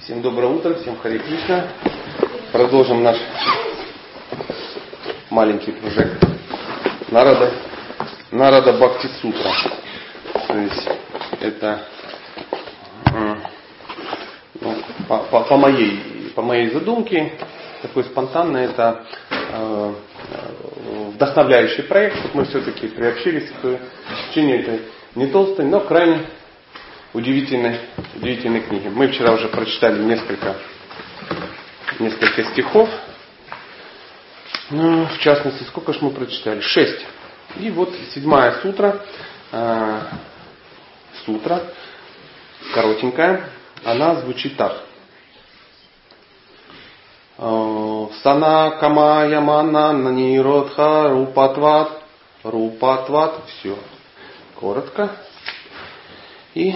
Всем доброе утро, всем Харе Кришна. Продолжим наш маленький проект Нарада Бхакти Сутра. То есть это по моей задумке, такой спонтанный, это вдохновляющий проект, чтобы мы все-таки приобщились к чтению этой не толстой, но крайне удивительной книги. Мы вчера уже прочитали несколько стихов. Ну, в частности, сколько же мы прочитали? 6. И вот 7-я сутра, коротенькая, она звучит так. Сана кама ямана наниродха рупатват. Все. Коротко. И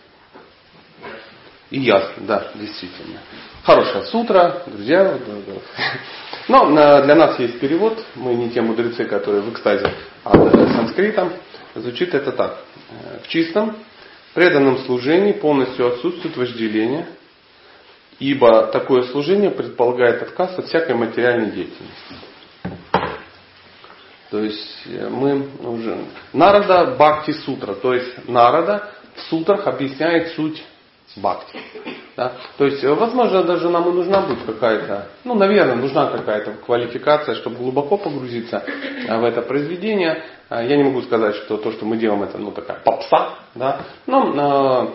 ясно, да, действительно. Хорошая сутра, друзья. Но для нас есть перевод. Мы не те мудрецы, которые в экстазе от санскрита. Звучит это так. В чистом, преданном служении полностью отсутствует вожделение, ибо такое служение предполагает отказ от всякой материальной деятельности. То есть мы уже... Нарада Бхакти Сутра. То есть Нарада в сутрах объясняет суть бхакти. Да? То есть, возможно, даже нам и нужна будет какая-то, наверное, нужна какая-то квалификация, чтобы глубоко погрузиться в это произведение. Я не могу сказать, что то, что мы делаем, это такая попса, да? Но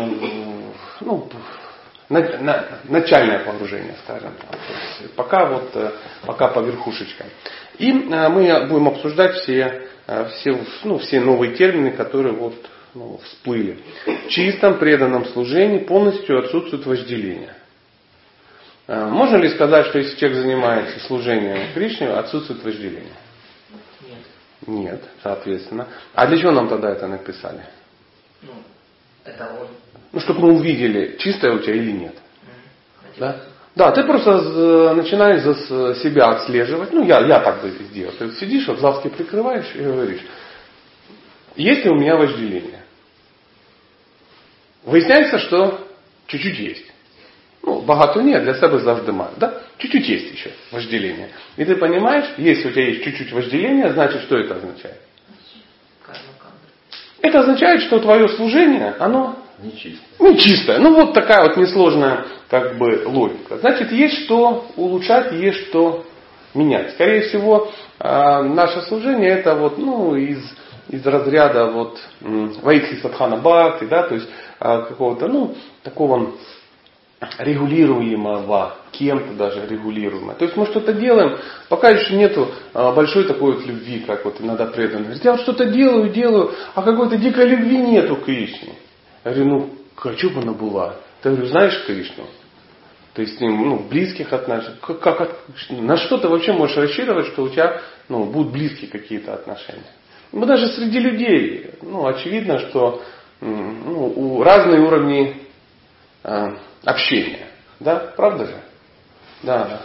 начальное погружение, скажем так. Пока по верхушечкам. И мы будем обсуждать все новые термины, которые всплыли. В чистом преданном служении полностью отсутствует вожделение. Можно ли сказать, что если человек занимается служением Кришне, отсутствует вожделение? Нет, соответственно. А для чего нам тогда это написали? Это он. Чтобы мы увидели, чистое у тебя или нет. Да? Да, ты просто начинаешь за себя отслеживать. Я так бы сделал. Ты сидишь, глазки прикрываешь и говоришь, есть ли у меня вожделение? Выясняется, что чуть-чуть есть. Багато нет, для себя завжди мало. Да? Чуть-чуть есть еще вожделение. И ты понимаешь, если у тебя есть чуть-чуть вожделения, значит, что это означает? Это означает, что твое служение, оно нечистое. Такая несложная логика. Значит, есть что улучшать, есть что менять. Скорее всего, наше служение это из разряда Ваидхи Садхана Бхакти, да, то есть какого-то такого регулируемого, кем-то даже регулируемого. То есть мы что-то делаем, пока еще нету большой такой любви, как иногда преданные говорят, я что-то делаю, а какой-то дикой любви нету к Кришне. Я говорю, что бы она была? Ты говорю, знаешь Кришну? То есть с ним в близких отношениях. На что ты вообще можешь рассчитывать, что у тебя будут близкие какие-то отношения? Даже среди людей, очевидно, что разные уровни общения. Да, правда же? Да.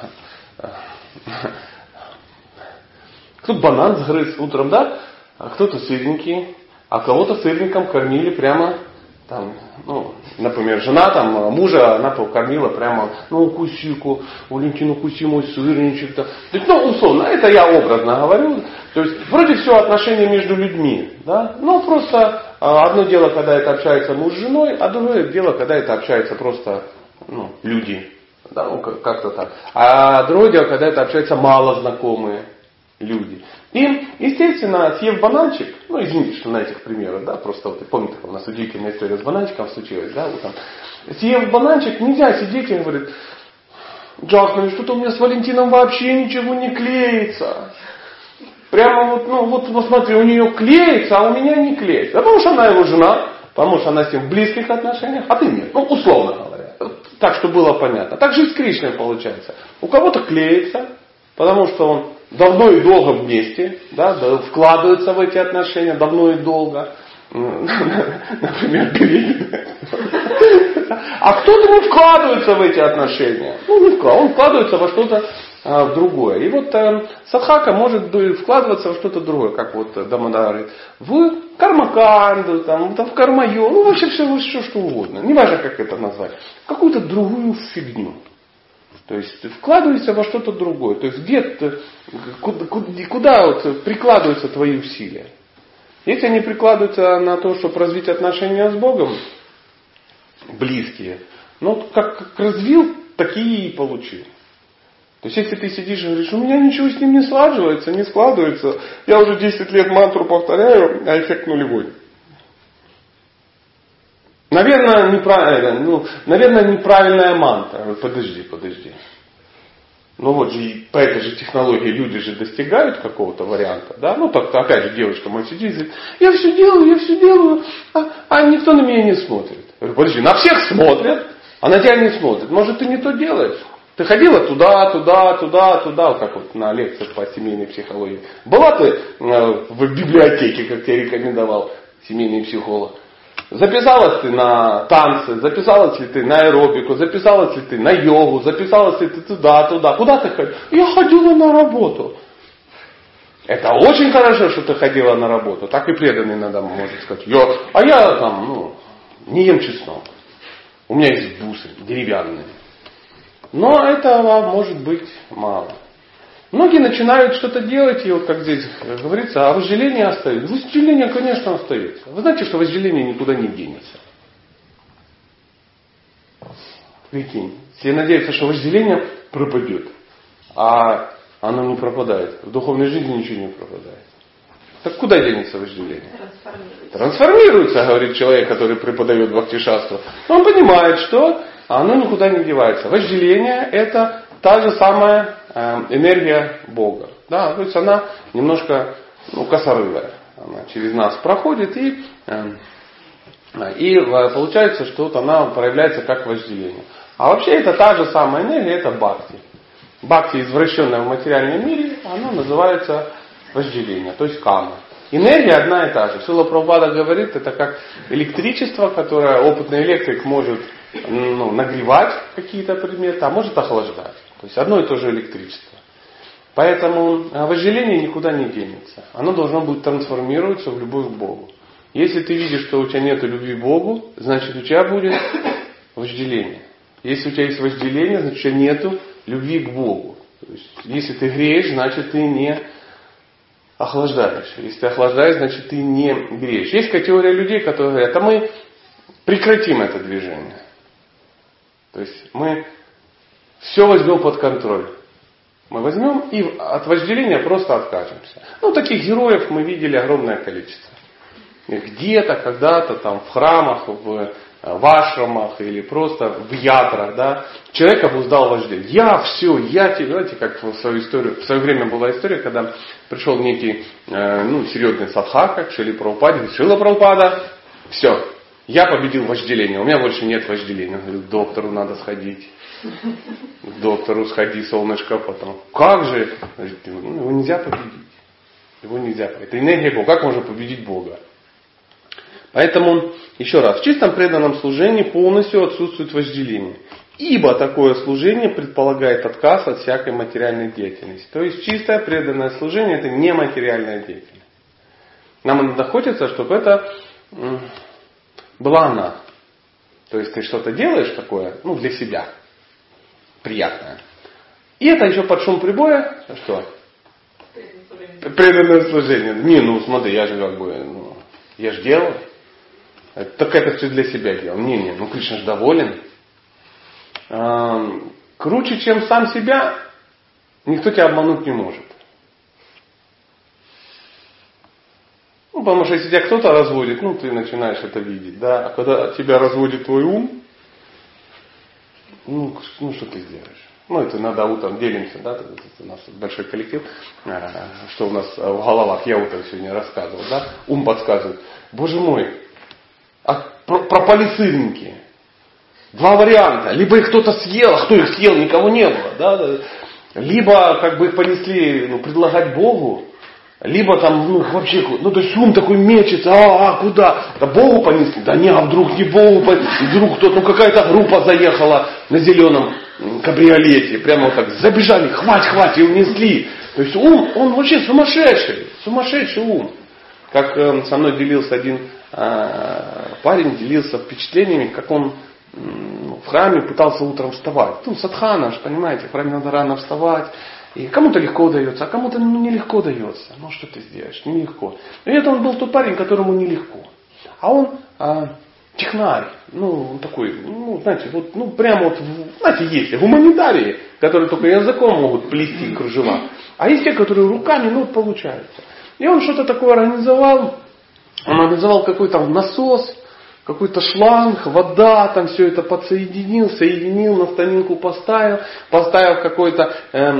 Кто-то банан сгрыз утром, да? А кто-то сырненький. А кого-то сырником кормили прямо например, жена мужа, она покормила прямо, укуси-ка, Валентин, укуси мой сырничек-то. Условно, это я образно говорю. То есть, вроде все отношения между людьми, да? Просто одно дело, когда это общается муж с женой, а другое дело, когда это общается просто, люди. Да, как-то так. А другое дело, когда это общаются малознакомые люди. И, естественно, съев бананчик, извините, что на этих примерах, да, просто помните, у нас удивительная история с бананчиком случилась, да, съев бананчик, нельзя сидеть и говорить, Джасмин, что-то у меня с Валентином вообще ничего не клеится. Прямо посмотри, у нее клеится, а у меня не клеится. Потому что она его жена, потому что она с ним в близких отношениях, а ты нет. Условно говоря. Так, чтобы было понятно. Так же и с Кришной получается. У кого-то клеится, потому что он давно и долго вместе, да, вкладывается в эти отношения давно и долго. Например, Грин. А кто-то не вкладывается в эти отношения. Не вкладывается. Он вкладывается во что-то в другое. И вот садхака может вкладываться во что-то другое, как вот Дамодар говорит, в кармаканду, там, в карма-йогу, ну вообще все что угодно. Не важно, как это назвать. В какую-то другую фигню. То есть вкладывайся во что-то другое. То есть куда вот прикладываются твои усилия. Если они прикладываются на то, чтобы развить отношения с Богом, близкие, ну как развил, такие и получил. То есть если ты сидишь и говоришь, у меня ничего с ним не складывается, я уже 10 лет мантру повторяю, а эффект нулевой. Наверное, неправильная мантра. Подожди. Ну вот же по этой же технологии люди же достигают какого-то варианта. Да? Ну так опять же девушка моя сидит и говорит, я все делаю, а никто на меня не смотрит. Я говорю, подожди, на всех смотрят, а на тебя не смотрят. Может ты не то делаешь? Ты ходила туда, как вот на лекциях по семейной психологии. Была ты в библиотеке, как тебе рекомендовал семейный психолог. Записалась ты на танцы, записалась ли ты на аэробику, записалась ли ты на йогу, записалась ли ты туда. Куда ты ходила? Я ходила на работу. Это очень хорошо, что ты ходила на работу. Так и преданный иногда может сказать. Я там, не ем чеснок. У меня есть бусы деревянные. Но этого может быть мало. Многие начинают что-то делать, и вот как здесь говорится, а вожделение остается. Вожделение, конечно, остается. Вы знаете, что вожделение никуда не денется. Прикинь, все надеются, что вожделение пропадет, а оно не пропадает. В духовной жизни ничего не пропадает. Так куда денется вожделение? Трансформируется, говорит человек, который преподает бхакти-шастру. Он понимает, что оно никуда не девается. Вожделение – это та же самая энергия Бога. Да, то есть она немножко косорылая. Она через нас проходит и получается, что вот она проявляется как вожделение. А вообще это та же самая энергия, это бхакти. Бхакти, извращенная в материальном мире, она называется вожделение, то есть кама. Энергия одна и та же. Шрила Прабхупада говорит, это как электричество, которое опытный электрик может нагревать какие-то предметы, а может охлаждать. То есть одно и то же электричество. Поэтому вожделение никуда не денется. Оно должно будет трансформироваться в любовь к Богу. Если ты видишь, что у тебя нет любви к Богу, значит у тебя будет вожделение. Если у тебя есть вожделение, значит у тебя нет любви к Богу. То есть, если ты греешь, значит ты не охлаждаешь. Если ты охлаждаешь, значит ты не греешь. Есть категория людей, которые говорят, а мы прекратим это движение. То есть мы все возьмем под контроль. Мы возьмем и от вожделения просто откажемся. Таких героев мы видели огромное количество. Где-то, когда-то там в храмах, в ашрамах или просто в ятрах, да, человек обуздал вожделение. Знаете, как в свое время была история, когда пришел некий серьезный садхака к Шриле Прабхупаде, говорит, Шрила Прабхупада, все, я победил вожделение, у меня больше нет вожделения. Он говорит, к доктору надо сходить. К доктору сходи, солнышко, потом. Как же? Его нельзя победить. Это энергия Бога. Как можно победить Бога? Поэтому, еще раз, в чистом преданном служении полностью отсутствует вожделение. Ибо такое служение предполагает отказ от всякой материальной деятельности. То есть чистое преданное служение это не материальная деятельность. Нам находится, чтобы это была она. То есть ты что-то делаешь такое, для себя. Приятное. И это еще под шум прибоя, что? Преданное служение. Смотри, я же я же делал. Так это все для себя делал. Кришна же доволен. Круче, чем сам себя, никто тебя обмануть не может. Потому что если тебя кто-то разводит, ты начинаешь это видеть. Да? А когда тебя разводит твой ум, что ты сделаешь? Это иногда утром делимся, да, у нас большой коллектив, что у нас в головах, я утром сегодня рассказывал, да, ум подсказывает, боже мой, про полицейники. Два варианта. Либо их кто-то съел, а кто их съел, никого не было. Да? Либо их понесли предлагать Богу, либо там вообще, то есть ум такой мечется, куда? Да Богу понесли? Да не, а вдруг не Богу понесли? Вдруг кто-то, какая-то группа заехала на зеленом. кабриолете, прямо вот так забежали, хватит, и унесли. То есть ум, он вообще сумасшедший ум. Как со мной делился один парень, делился впечатлениями, как он в храме пытался утром вставать. Садхана, понимаете, в храме надо рано вставать. И кому-то легко удается, а кому-то нелегко дается. Что ты сделаешь? Нелегко. И это он был тот парень, которому нелегко. А он технарь. Он такой, знаете, прямо знаете, есть гуманитарии, которые только языком могут плести кружева. А есть те, которые руками, получается. И он что-то такое организовал. Он организовал какой-то насос, какой-то шланг, вода, там все это соединил, на станинку поставил какой-то,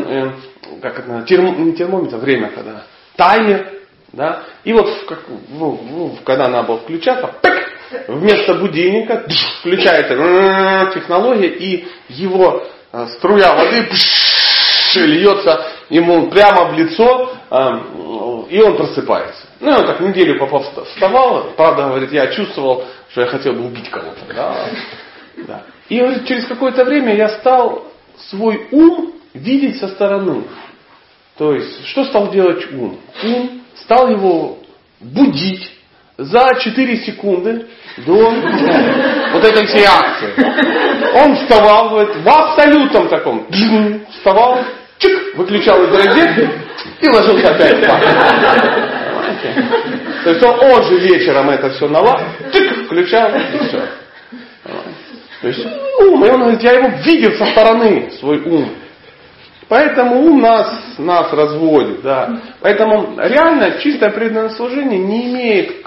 не термометр, время когда, таймер, да, и когда надо было включаться, вместо будильника включается технология, и его струя воды льется ему прямо в лицо, и он просыпается. Он так неделю вставал, правда, говорит, я чувствовал, что я хотел бы убить кого-то. Да. И говорит, через какое-то время я стал свой ум видеть со стороны. То есть, что стал делать ум? Ум стал его будить за 4 секунды до вот этой всей акции. Он вставал, говорит, в абсолютном таком, вставал, выключал из розетки и ложился опять спать. То есть он же вечером это все включал и все. То есть ум, и он говорит, я его видел со стороны, свой ум. Поэтому ум нас разводит. Да. Поэтому реально чистое преданное служение не имеет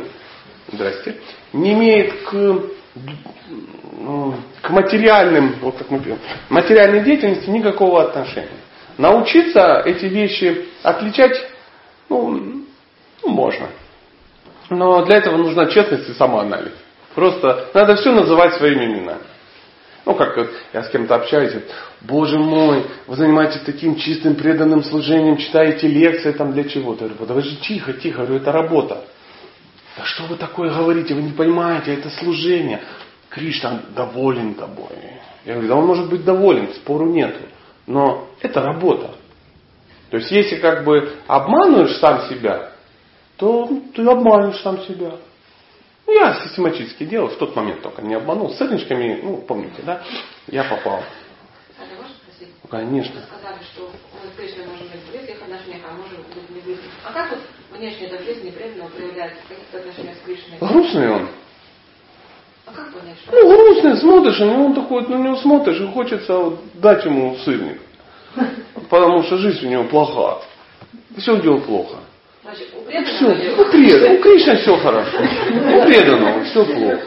к материальной деятельности никакого отношения. Научиться эти вещи отличать, можно. Но для этого нужна честность и самоанализ. Просто надо все называть своими именами. Как я с кем-то общаюсь, Боже мой, вы занимаетесь таким чистым преданным служением, читаете лекции там для чего-то. Я говорю, подожди, тихо, говорю, это работа. Да что вы такое говорите, вы не понимаете, это служение. Кришна доволен тобой. Я говорю, да он может быть доволен, спору нету. Но это работа. То есть если обманываешь сам себя, то ты обманешь сам себя. Я систематически делал, в тот момент только не обманул. С сырничками, помните, да? Я попал. Это можно спросить? Конечно. Вы сказали, что мы с Кришной можем быть в близких отношениях, а можем быть не близких. А как внешне в жизни преданного проявляется в каких-то отношениях с Кришной? Грустный он. А как понять, что? Грустный, смотришь, он такой, на него смотришь, и хочется дать ему сырник. Потому что жизнь у него плоха. Все у него плохо. Значит, у преданного у Кришны все хорошо. У преданного все плохо.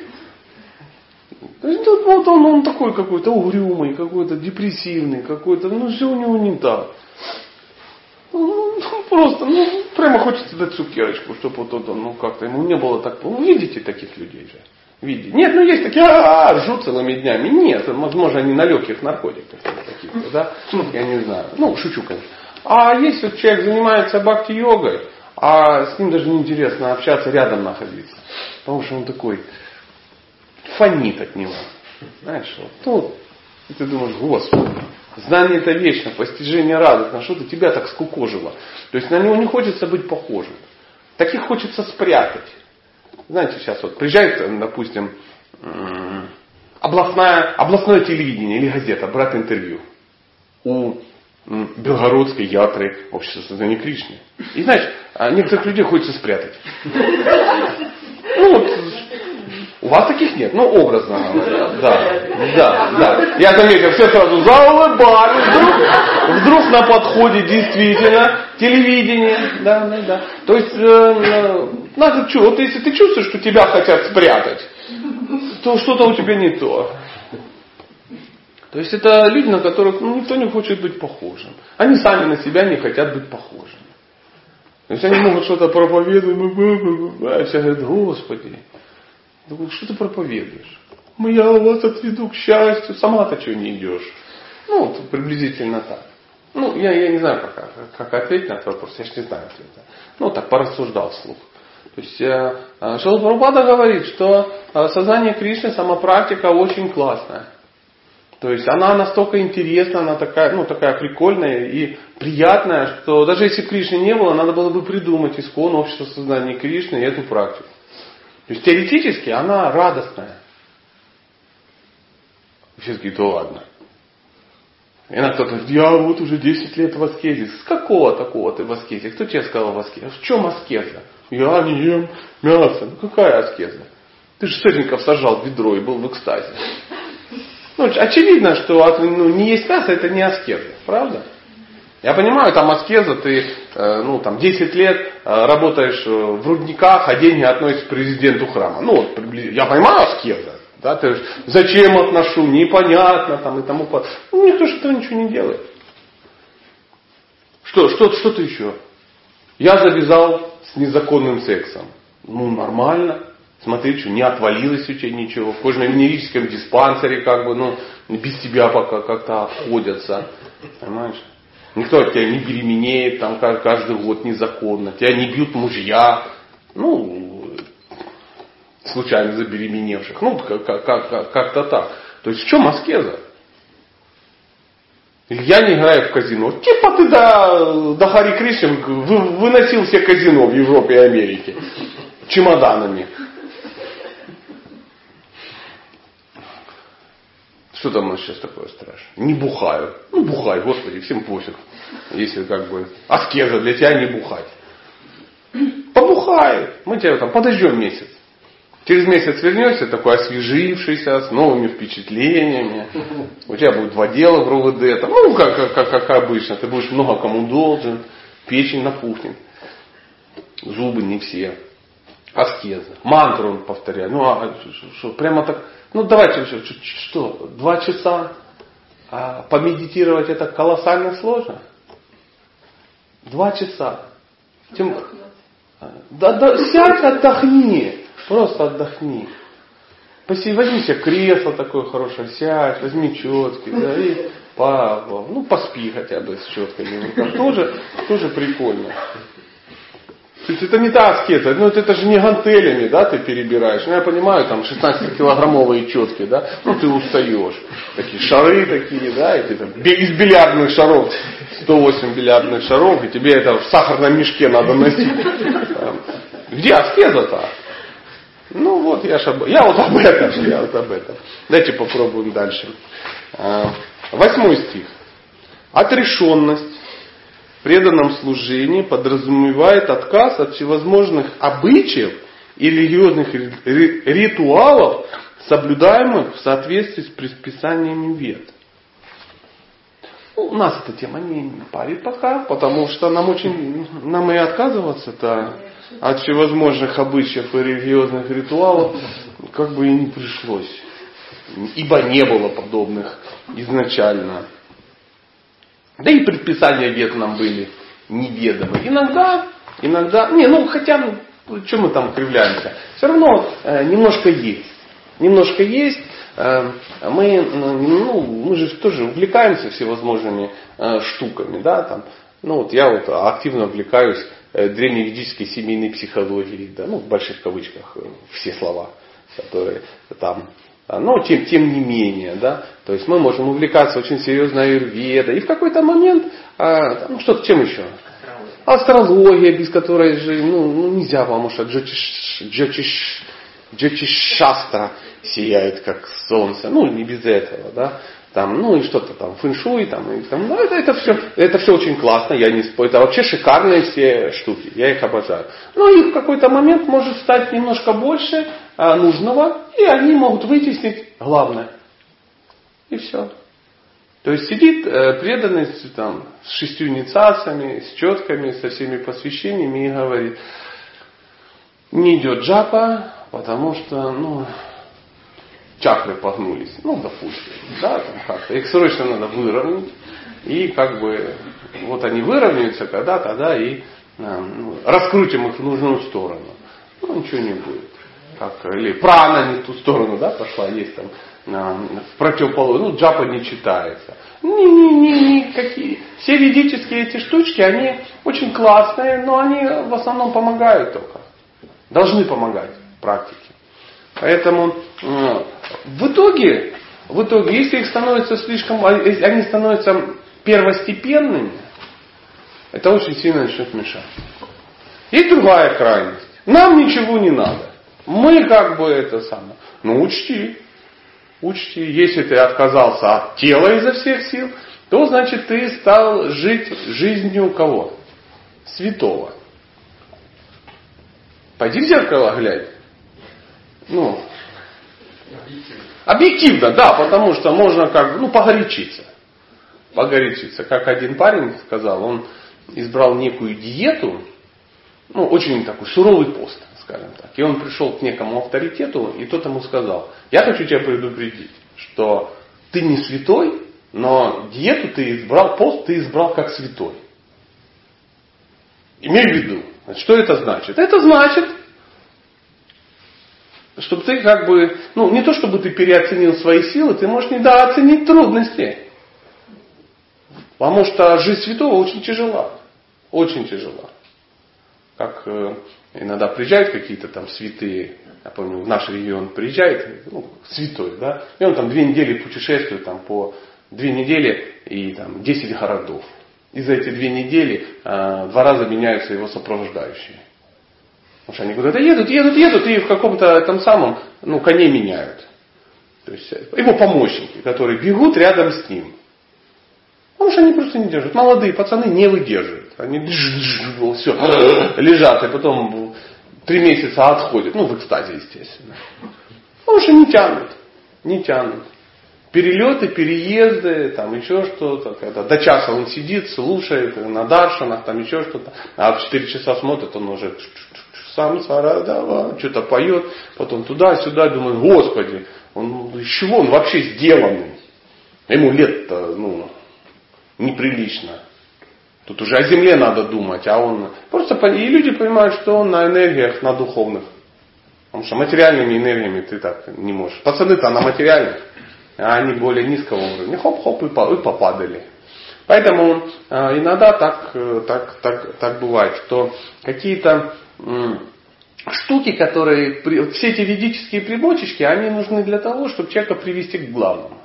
То есть он такой какой-то угрюмый, какой-то депрессивный, какой-то, все у него не так. Просто, прямо хочется дать цукерочку, чтобы как-то ему не было так. Видите таких людей же? Видите? Нет, есть такие, ржут целыми днями. Нет, возможно, они на легких наркотиках каких-то, да? Я не знаю. Шучу, конечно. А если человек занимается бхакти-йогой, а с ним даже неинтересно общаться, рядом находиться. Потому что он такой фонит от него. Знаешь, и ты думаешь, Господи, знание это вечно, постижение радостно, что-то тебя так скукожило. То есть на него не хочется быть похожим. Таких хочется спрятать. Знаете, сейчас приезжает, допустим, областное телевидение или газета брать интервью у Белгородской ятры общества сознания Кришны. И знаешь, некоторых людей хочется спрятать. У вас таких нет, образно говоря. Да. Я заметил, все сразу заулыбались. Вдруг на подходе действительно телевидение. Да. То есть, надо что, если ты чувствуешь, что тебя хотят спрятать, то что-то у тебя не то. То есть это люди, на которых никто не хочет быть похожим. Они сами на себя не хотят быть похожими. То есть они могут что-то проповедовать, а все говорят, Господи, что ты проповедуешь? Я вас отведу к счастью, сама-то что не идешь? Приблизительно так. Я не знаю, как ответить на этот вопрос, я же не знаю ответа. Так порассуждал вслух. То есть Шрила Прабхупада говорит, что сознание Кришны, самопрактика очень классная. То есть она настолько интересна, она такая прикольная и приятная, что даже если Кришны не было, надо было бы придумать искон, общество сознания Кришны и эту практику. То есть теоретически она радостная. Все такие, да ладно. И она кто-то говорит, я вот уже 10 лет в аскезе. С какого такого ты в аскезе? Кто тебе сказал в аскезе? В чем аскеза? Я не ем мясо. Ну какая аскеза? Ты же сырников сажал в ведро и был в экстазе. Очевидно, что не есть мясо, это не аскеза. Правда? Я понимаю, там аскеза, ты 10 лет работаешь в рудниках, а деньги относишь к президенту храма. Я понимаю аскеза. Да, ты зачем отношу, непонятно там, и тому подобное. Никто же этого ничего не делает. Что-то еще. Я завязал с незаконным сексом. Нормально. Смотри, что не отвалилось у тебя ничего. В кожно-венерическом диспансере без тебя пока как-то обходятся. Понимаешь? Никто от тебя не беременеет там каждый год незаконно. Тебя не бьют мужья. Случайно забеременевших. Как-то так. То есть в чем аскеза? Я не играю в казино. Типа ты до Хари Кришны выносил все казино в Европе и Америке. Чемоданами. Что там у нас сейчас такое страшное? Не бухаю. Бухай, Господи, всем пофиг. Если аскеза для тебя не бухать. Побухай. Мы тебя подождем месяц. Через месяц вернешься такой освежившийся, с новыми впечатлениями. У тебя будет 2 дела в РОВД. Как обычно. Ты будешь много кому должен. Печень напухнет. Зубы не все. Аскеза. Мантру он повторяет. Прямо так. Давайте, 2 часа помедитировать это колоссально сложно. 2 часа. Сядь, отдохни. Просто отдохни. Возьми себе кресло такое хорошее, сядь, возьми четки, и поспи хотя бы с четками в руках. Тоже прикольно. То есть это не та аскеза, это же не гантелями, да, ты перебираешь. Я понимаю, там 16-килограммовые четки, да, ты устаешь. Такие шары такие, да, и ты из бильярдных шаров, 108 бильярдных шаров, и тебе это в сахарном мешке надо носить. Где аскеза-то? Я об этом. Давайте попробуем дальше. 8 стих. Отрешенность в преданном служении подразумевает отказ от всевозможных обычаев и религиозных ритуалов, соблюдаемых в соответствии с предписаниями Вед. Нас эта тема не парит пока, потому что нам и отказываться-то от всевозможных обычаев и религиозных ритуалов и не пришлось. Ибо не было подобных изначально. Да и предписания Вед нам были неведомы. Иногда, что мы там кривляемся? Все равно немножко есть. Мы же тоже увлекаемся всевозможными штуками, да, я активно увлекаюсь древневедической семейной психологией, да, в больших кавычках все слова, которые там. Но тем не менее, да, то есть мы можем увлекаться очень серьезно аюрведой, и в какой-то момент, чем еще? Астрология, без которой же нельзя, потому что Джотиш-шастра сияет как солнце, не без этого, да. И что-то там, фэншуй, это все очень классно, я не спорю, это вообще шикарные все штуки, я их обожаю. И в какой-то момент может стать немножко больше нужного, и они могут вытеснить главное. И все. То есть сидит преданный с 6 инициациями, с четками, со всеми посвящениями и говорит, не идет джапа, потому что, чакры погнулись. Допустим. Да, как-то. Их срочно надо выровнять. И они выровняются тогда и раскрутим их в нужную сторону. Ничего не будет. Или прана не в ту сторону, да, пошла, есть там в противоположную. Джапа не читается. Никакие. Все ведические эти штучки, они очень классные, но они в основном помогают только. Должны помогать в практике. Поэтому в итоге в итоге, если их становится слишком, если они становятся первостепенными, это очень сильно начнет мешать. Есть другая крайность. Нам ничего не надо. Мы как бы это самое. Ну учти, если ты отказался от тела изо всех сил, то значит ты стал жить жизнью кого? Святого. Пойди в зеркало глянь. Ну, объективно, да, потому что можно как бы, погорячиться. Как один парень сказал, он избрал некую диету, очень такой суровый пост, скажем так. И он пришел к некому авторитету, и тот ему сказал, я хочу тебя предупредить, что ты не святой, но диету ты избрал, пост ты избрал как святой. Имей в виду, что это значит? Это значит, чтобы ты как бы, не то чтобы ты переоценил свои силы, ты можешь недооценить трудности. Потому что жизнь святого очень тяжела. Очень тяжела. Как иногда приезжают какие-то там святые, я помню, в наш регион приезжает, святой, да, и он там 2 недели путешествует там по 2 недели и там 10 городов. И за эти 2 недели 2 раза меняются его сопровождающие. Потому что они куда-то едут, и в каком-то там самом, коне меняют. То есть его помощники, которые бегут рядом с ним. Потому что они просто не держат. Молодые пацаны не выдерживают. Они все, лежат, и потом 3 месяца отходят. В экстазе, естественно. Потому что не тянут. Перелеты, переезды, там еще что-то. Когда до часа он сидит, слушает, на даршанах, там еще что-то. А в 4 часа смотрит, он уже сам Сарадава, что-то поет. Потом туда-сюда, думает, Господи, из чего он вообще сделанный? Ему лет-то, неприлично. Тут уже о земле надо думать, а он... И люди понимают, что он на энергиях, на духовных. Потому что материальными энергиями ты так не можешь. Пацаны-то на материальных, а они более низкого уровня. Хоп-хоп и попадали. Поэтому иногда так бывает, что какие-то штуки, которые... Все эти ведические примочечки, они нужны для того, чтобы человека привести к главному.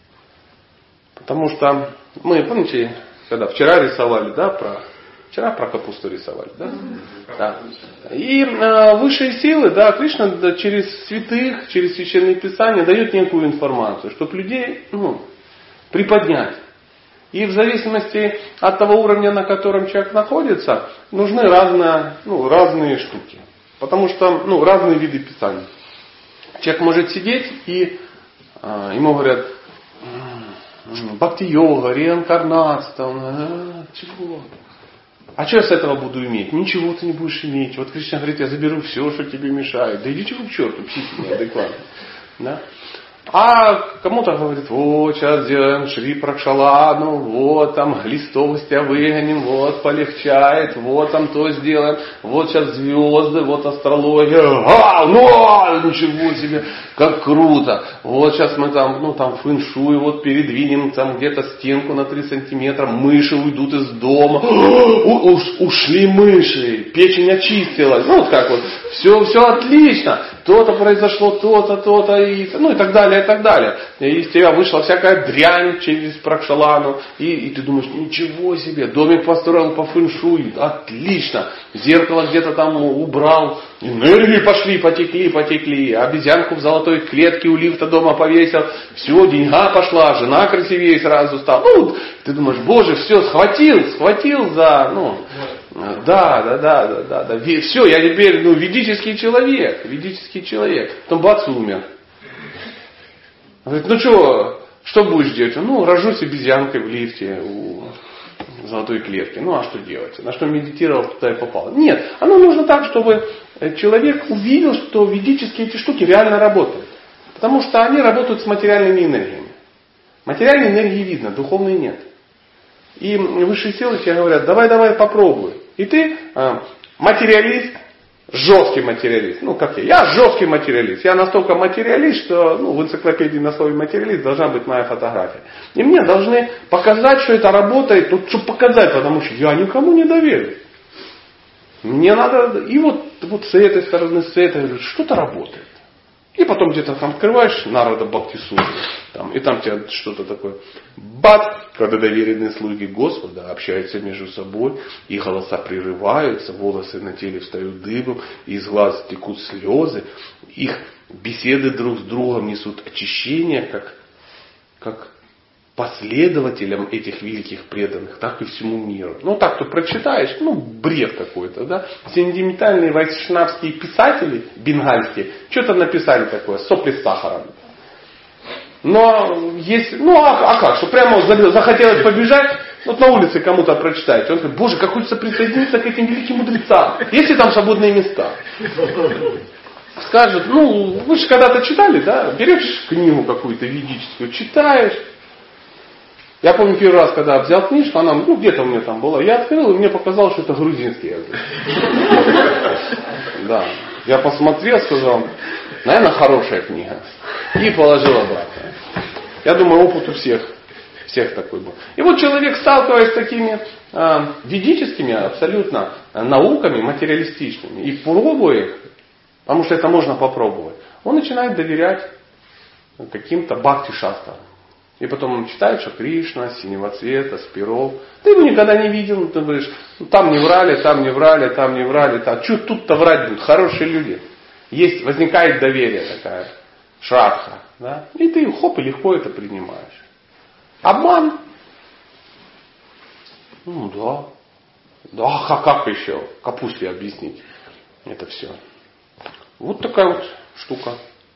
Потому что мы, помните, когда вчера рисовали, вчера про капусту рисовали, да? И высшие силы, Кришна через святых, через священные писания дает некую информацию, чтобы людей, приподнять. И в зависимости от того уровня, на котором человек находится, нужны разные штуки. Потому что, разные виды писаний. Человек может сидеть и ему говорят, бхакти-йога, реинкарнация, чего? А что я с этого буду иметь? Ничего ты не будешь иметь. Вот Кришна говорит, я заберу все, что тебе мешает. Да идите вы к черту, психи неадекватные. Да? А кому-то говорит, вот сейчас сделаем Шри Пракшаладну, вот там глистовость тебя выгоним, вот полегчает, вот там то сделаем, вот сейчас звезды, вот астрология, ничего себе, как круто, вот сейчас мы там, фэн-шуй, вот передвинем там где-то стенку на 3 сантиметра, мыши уйдут из дома, ушли мыши, печень очистилась, все отлично, то-то произошло, то-то, и так далее, и так далее. И из тебя вышла всякая дрянь через Пракшалану, и ты думаешь, ничего себе, домик построил по фэн-шуй, отлично, зеркало где-то там убрал, энергии пошли, потекли, обезьянку в золотой клетке у лифта дома повесил, все, деньга пошла, жена красивее сразу стала. Ты думаешь, боже, все, схватил за, да. Все, я теперь, ведический человек. Потом бац, умер. Говорит, что будешь делать? Рожусь обезьянкой в лифте у золотой клетки. А что делать? На что медитировал, туда и попал. Нет, оно нужно так, чтобы человек увидел, что ведические эти штуки реально работают. Потому что они работают с материальными энергиями. Материальные энергии видно, духовные нет. И высшие силы тебе говорят, давай попробуй. И ты материалист, жесткий материалист. Как я жесткий материалист. Я настолько материалист, что в энциклопедии на слове материалист должна быть моя фотография. И мне должны показать, что это работает, чтобы показать, потому что я никому не доверю. Мне надо, и вот с этой стороны, с этой, что-то работает. И потом где-то там открываешь Нарада Бхактисутру, и там тебе что-то такое. Бац! Когда доверенные слуги Господа общаются между собой, и голоса прерываются, волосы на теле встают дыбом, из глаз текут слезы, их беседы друг с другом несут очищение, как последователям этих великих преданных, так и всему миру. Так ты прочитаешь, бред какой-то, да. Сентиментальные вайшнавские писатели, бенгальские, что-то написали такое, сопли с сахаром. Но есть, а как, что прямо захотелось побежать, на улице кому-то прочитаете, он говорит, Боже, как хочется присоединиться к этим великим мудрецам, есть ли там свободные места? Скажут, вы же когда-то читали, да, берешь книгу какую-то ведическую, читаешь. Я помню первый раз, когда взял книжку, она где-то у меня там была, я открыл, и мне показалось, что это грузинский язык. Да. Я посмотрел, сказал, наверное, хорошая книга. И положил обратно. Я думаю, опыт у всех такой был. И вот человек, сталкиваясь с такими ведическими абсолютно науками, материалистичными, и пробуя их, потому что это можно попробовать, он начинает доверять каким-то бхакти-шастрам. И потом он читает, что Кришна, синего цвета, спиров. Ты его никогда не видел, ты говоришь, там не врали, там не врали, там не врали. Что тут-то врать будут? Хорошие люди. Возникает доверие такая, шрадха. Да? И ты хоп, и легко это принимаешь. Обман? Да. Да, как еще? Капусте объяснить это все. Вот такая вот штука.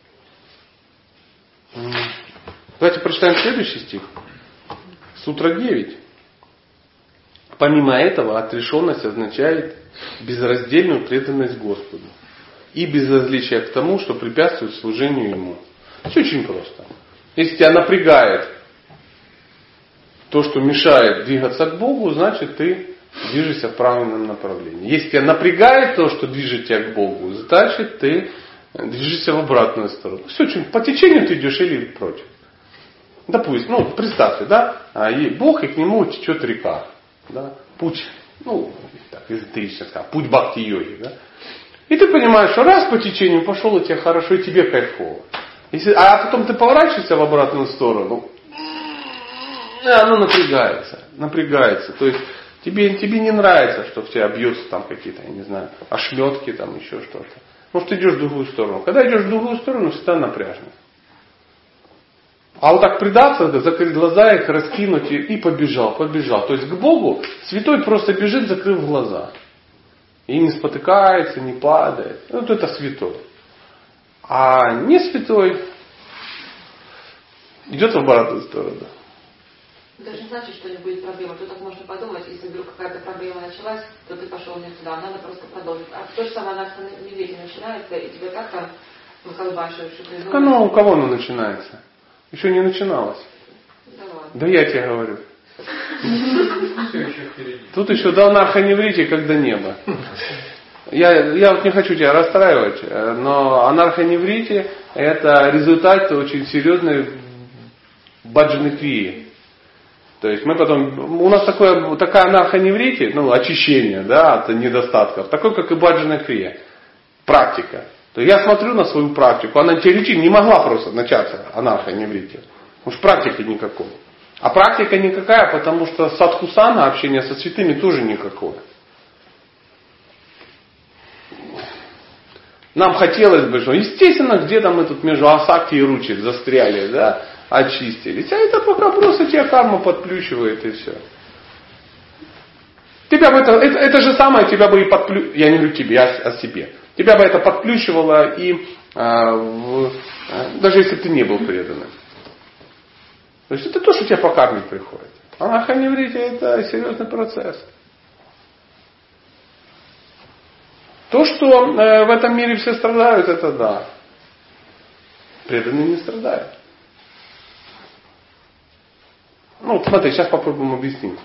Давайте прочитаем следующий стих. Сутра 9. Помимо этого, отрешенность означает безраздельную преданность Господу и безразличие к тому, что препятствует служению Ему. Все очень просто. Если тебя напрягает то, что мешает двигаться к Богу, значит ты движешься в правильном направлении. Если тебя напрягает то, что движет тебя к Богу, значит ты движешься в обратную сторону. Все очень по течению ты идешь или против. Допустим, представьте, да, и Бог, и к нему течет река. Да, путь, так эзотерично сказать, путь бхакти-йоги. Да? И ты понимаешь, что раз по течению пошел, и тебе хорошо, и тебе кайфово. А потом ты поворачиваешься в обратную сторону, оно напрягается. То есть тебе не нравится, что в тебя бьются там какие-то, я не знаю, ошметки, там еще что-то. Может, ты идешь в другую сторону. Когда идешь в другую сторону, всегда напряжно. А вот так предаться, закрыть глаза, их раскинуть и побежал. То есть к Богу святой просто бежит, закрыв глаза. И не спотыкается, не падает. Вот это святой. А не святой идет в обратную сторону. Это же не значит, что не будет проблемы. Тут так можно подумать, если вдруг какая-то проблема началась, то ты пошел не туда, надо просто продолжить. А то же самое на медведе начинается, и тебе как там колбашиваешь? Так оно у кого оно начинается? Еще не начиналось. Да я тебе говорю. Тут еще до анархоневрите, когда небо. Я вот не хочу тебя расстраивать, но анархоневрите это результат очень серьезной баджаны крии. То есть мы потом, у нас такая анархоневрите, очищение, да, от недостатков, такой как и баджана крия. Практика. То я смотрю на свою практику, она теоретически не могла просто начаться анархоневрите. Потому что практики никакой. А практика никакая, потому что садхусана, общение со святыми, тоже никакое. Нам хотелось бы, что естественно, где-то мы тут между асакти и ручи застряли, да, очистились. А это пока просто тебя карма подплющивает и все. Тебя бы это же самое тебя бы и подплющивало, я не говорю тебе, а себе. Тебя бы это подплющивало и даже если бы ты не был преданным. То есть это то, что тебе по карме приходит. А анархоневрите это серьезный процесс. То, что в этом мире все страдают, это да. Преданные не страдают. Смотри, сейчас попробуем объяснить.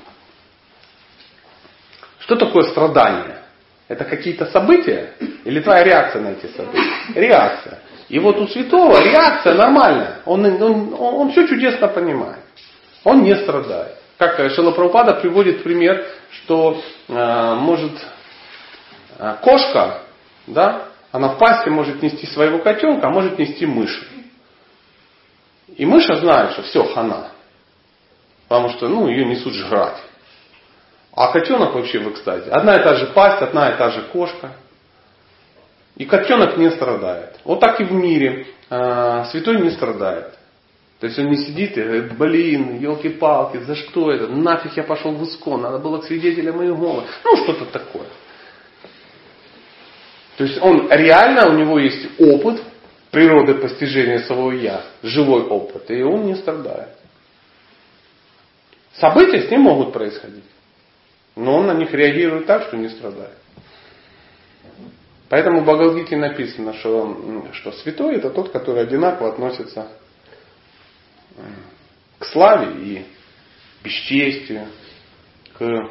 Что такое страдание? Это какие-то события или твоя реакция на эти события? Реакция. И вот у святого реакция нормальная. Он все чудесно понимает. Он не страдает. Как Шрила Прабхупада приводит пример, что может кошка, да, Она в пасти может нести своего котенка, а может нести мышь. И мыша знает, что все, хана. Потому что ее несут жрать. А котенок вообще в экстазе. Одна и та же пасть, одна и та же кошка. И котенок не страдает. Вот так и в мире. Святой не страдает. То есть он не сидит и говорит, блин, елки-палки, за что это? Нафиг я пошел в Искон, надо было к свидетелям Иеговы. Что-то такое. То есть он реально, у него есть опыт природы постижения своего я, живой опыт, и он не страдает. События с ним могут происходить, но он на них реагирует так, что не страдает. Поэтому в Бхагавад-гите написано, что святой это тот, который одинаково относится к славе и бесчестию, к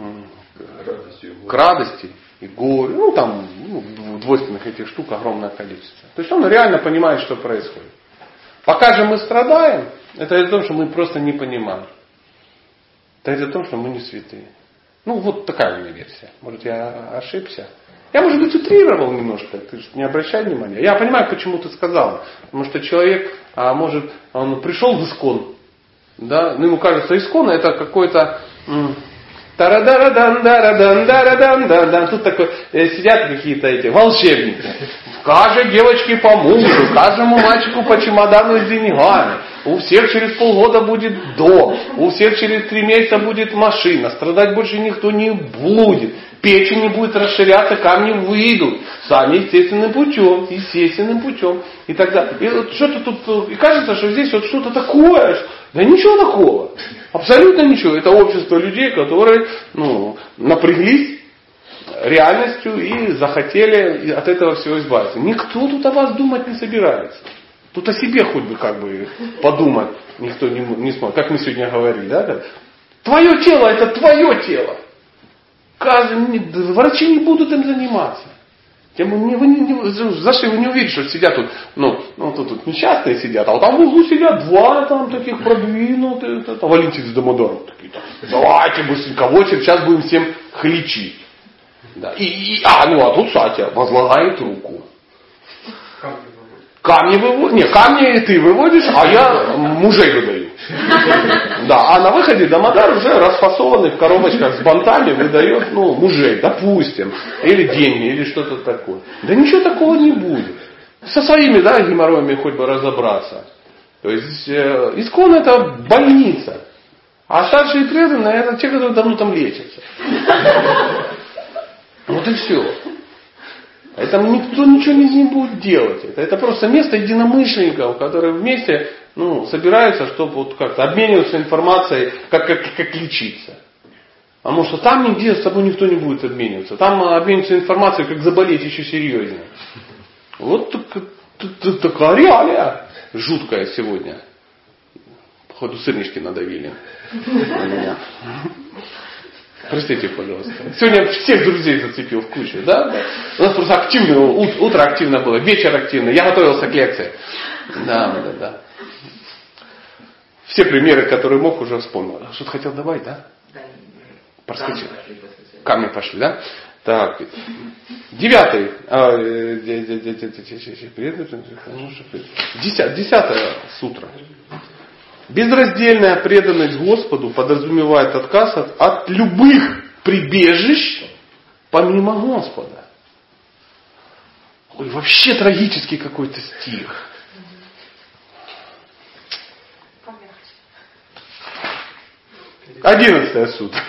радости и горю. Двойственных этих штук огромное количество. То есть он реально понимает, что происходит. Пока же мы страдаем, это из-за того, что мы просто не понимаем. Это из-за того, что мы не святые. Вот такая у меня версия. Может, я ошибся. Я, может быть, утрировал немножко, ты же не обращай внимания. Я понимаю, почему ты сказал. Потому что человек, он пришел в Искон, да, ему кажется, Искон это какой-то тарадарадан-дарадан-дарадан-дарадан. Тут такой, сидят какие-то эти волшебники. Каждой девочке по мужу, каждому мальчику по чемодану с деньгами. У всех через полгода будет дом. У всех через 3 месяца будет машина. Страдать больше никто не будет. Печень не будет расширяться, камни выйдут. Сами естественным путем. И так далее. И что-то тут, и кажется, что здесь что-то такое. Да ничего такого. Абсолютно ничего. Это общество людей, которые напряглись реальностью и захотели от этого всего избавиться. Никто тут о вас думать не собирается. Тут о себе хоть бы подумать никто не сможет. Как мы сегодня говорили, да? Твое тело это твое тело. Врачи не будут им заниматься. Зашли, вы не увидите, что сидят тут, тут несчастные сидят, а вот там в углу сидят 2 таких продвинутых, Валентин с Домодором такие. Давайте быстренько в очередь, сейчас будем всем хлечить. Да. А тут Сатя возлагает руку. Камни выводишь? Нет, камни ты выводишь, а я мужей выдаю. Да, а на выходе Дамодар уже расфасованный в коробочках с бантами выдает, мужей, допустим. Или деньги, или что-то такое. Да ничего такого не будет. Со своими, геморроями хоть бы разобраться. То есть, Искон это больница. А старшие преданные это те, которые давно там лечатся. Вот и все. Поэтому никто ничего не будет делать. Это просто место единомышленников, которые вместе собираются, чтобы как-то обмениваться информацией, как лечиться. Потому что там нигде с собой никто не будет обмениваться. Там обмениваться информацией, как заболеть еще серьезнее. Вот такая реалия жуткая сегодня. Походу сырнички надавили на меня. Простите, пожалуйста. Сегодня всех друзей зацепил в кучу, да? У нас просто активно, утро активно было, вечер активно. Я готовился к лекции. Да. Все примеры, которые мог, уже вспомнил. Что-то хотел добавить, да? Проскочил. Камни пошли, да? Так. 9. 10 сутра. Безраздельная преданность Господу подразумевает отказ от любых прибежищ помимо Господа. Ой, вообще трагический какой-то стих. Одиннадцатая сутра.